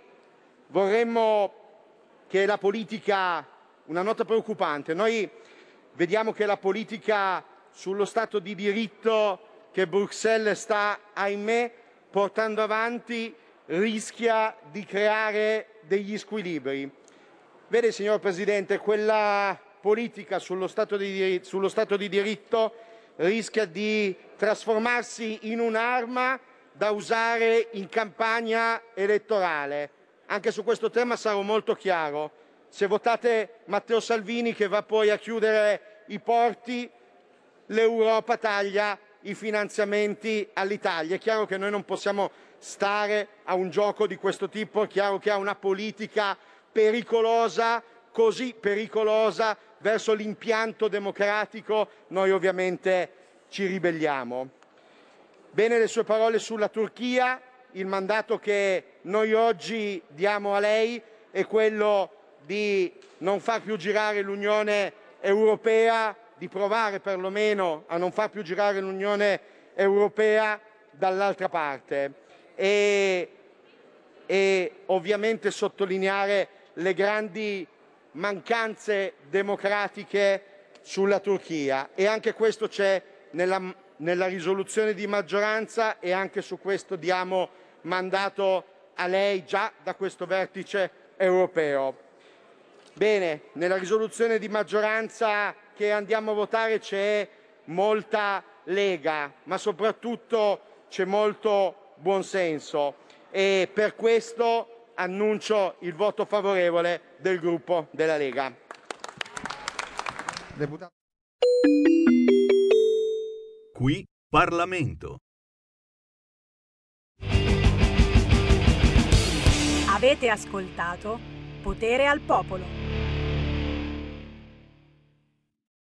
vorremmo che la politica, una nota preoccupante, noi vediamo che la politica sullo Stato di diritto che Bruxelles sta, ahimè, portando avanti rischia di creare degli squilibri. Vede, signor Presidente, quella politica sullo Stato di diritto rischia di trasformarsi in un'arma da usare in campagna elettorale. Anche su questo tema sarò molto chiaro. Se votate Matteo Salvini, che va poi a chiudere i porti, l'Europa taglia i finanziamenti all'Italia. È chiaro che noi non possiamo stare a un gioco di questo tipo, è chiaro che ha una politica pericolosa, così pericolosa verso l'impianto democratico, noi ovviamente ci ribelliamo. Bene le sue parole sulla Turchia. Il mandato che noi oggi diamo a lei è quello di non far più girare l'Unione Europea, di provare perlomeno a non far più girare l'Unione Europea dall'altra parte e ovviamente sottolineare le grandi mancanze democratiche sulla Turchia, e anche questo c'è nella risoluzione di maggioranza, e anche su questo diamo mandato a lei già da questo vertice europeo. Bene, nella risoluzione di maggioranza che andiamo a votare c'è molta Lega, ma soprattutto c'è molto buonsenso, e per questo annuncio il voto favorevole del gruppo della Lega. Qui Parlamento. Avete ascoltato Potere al Popolo.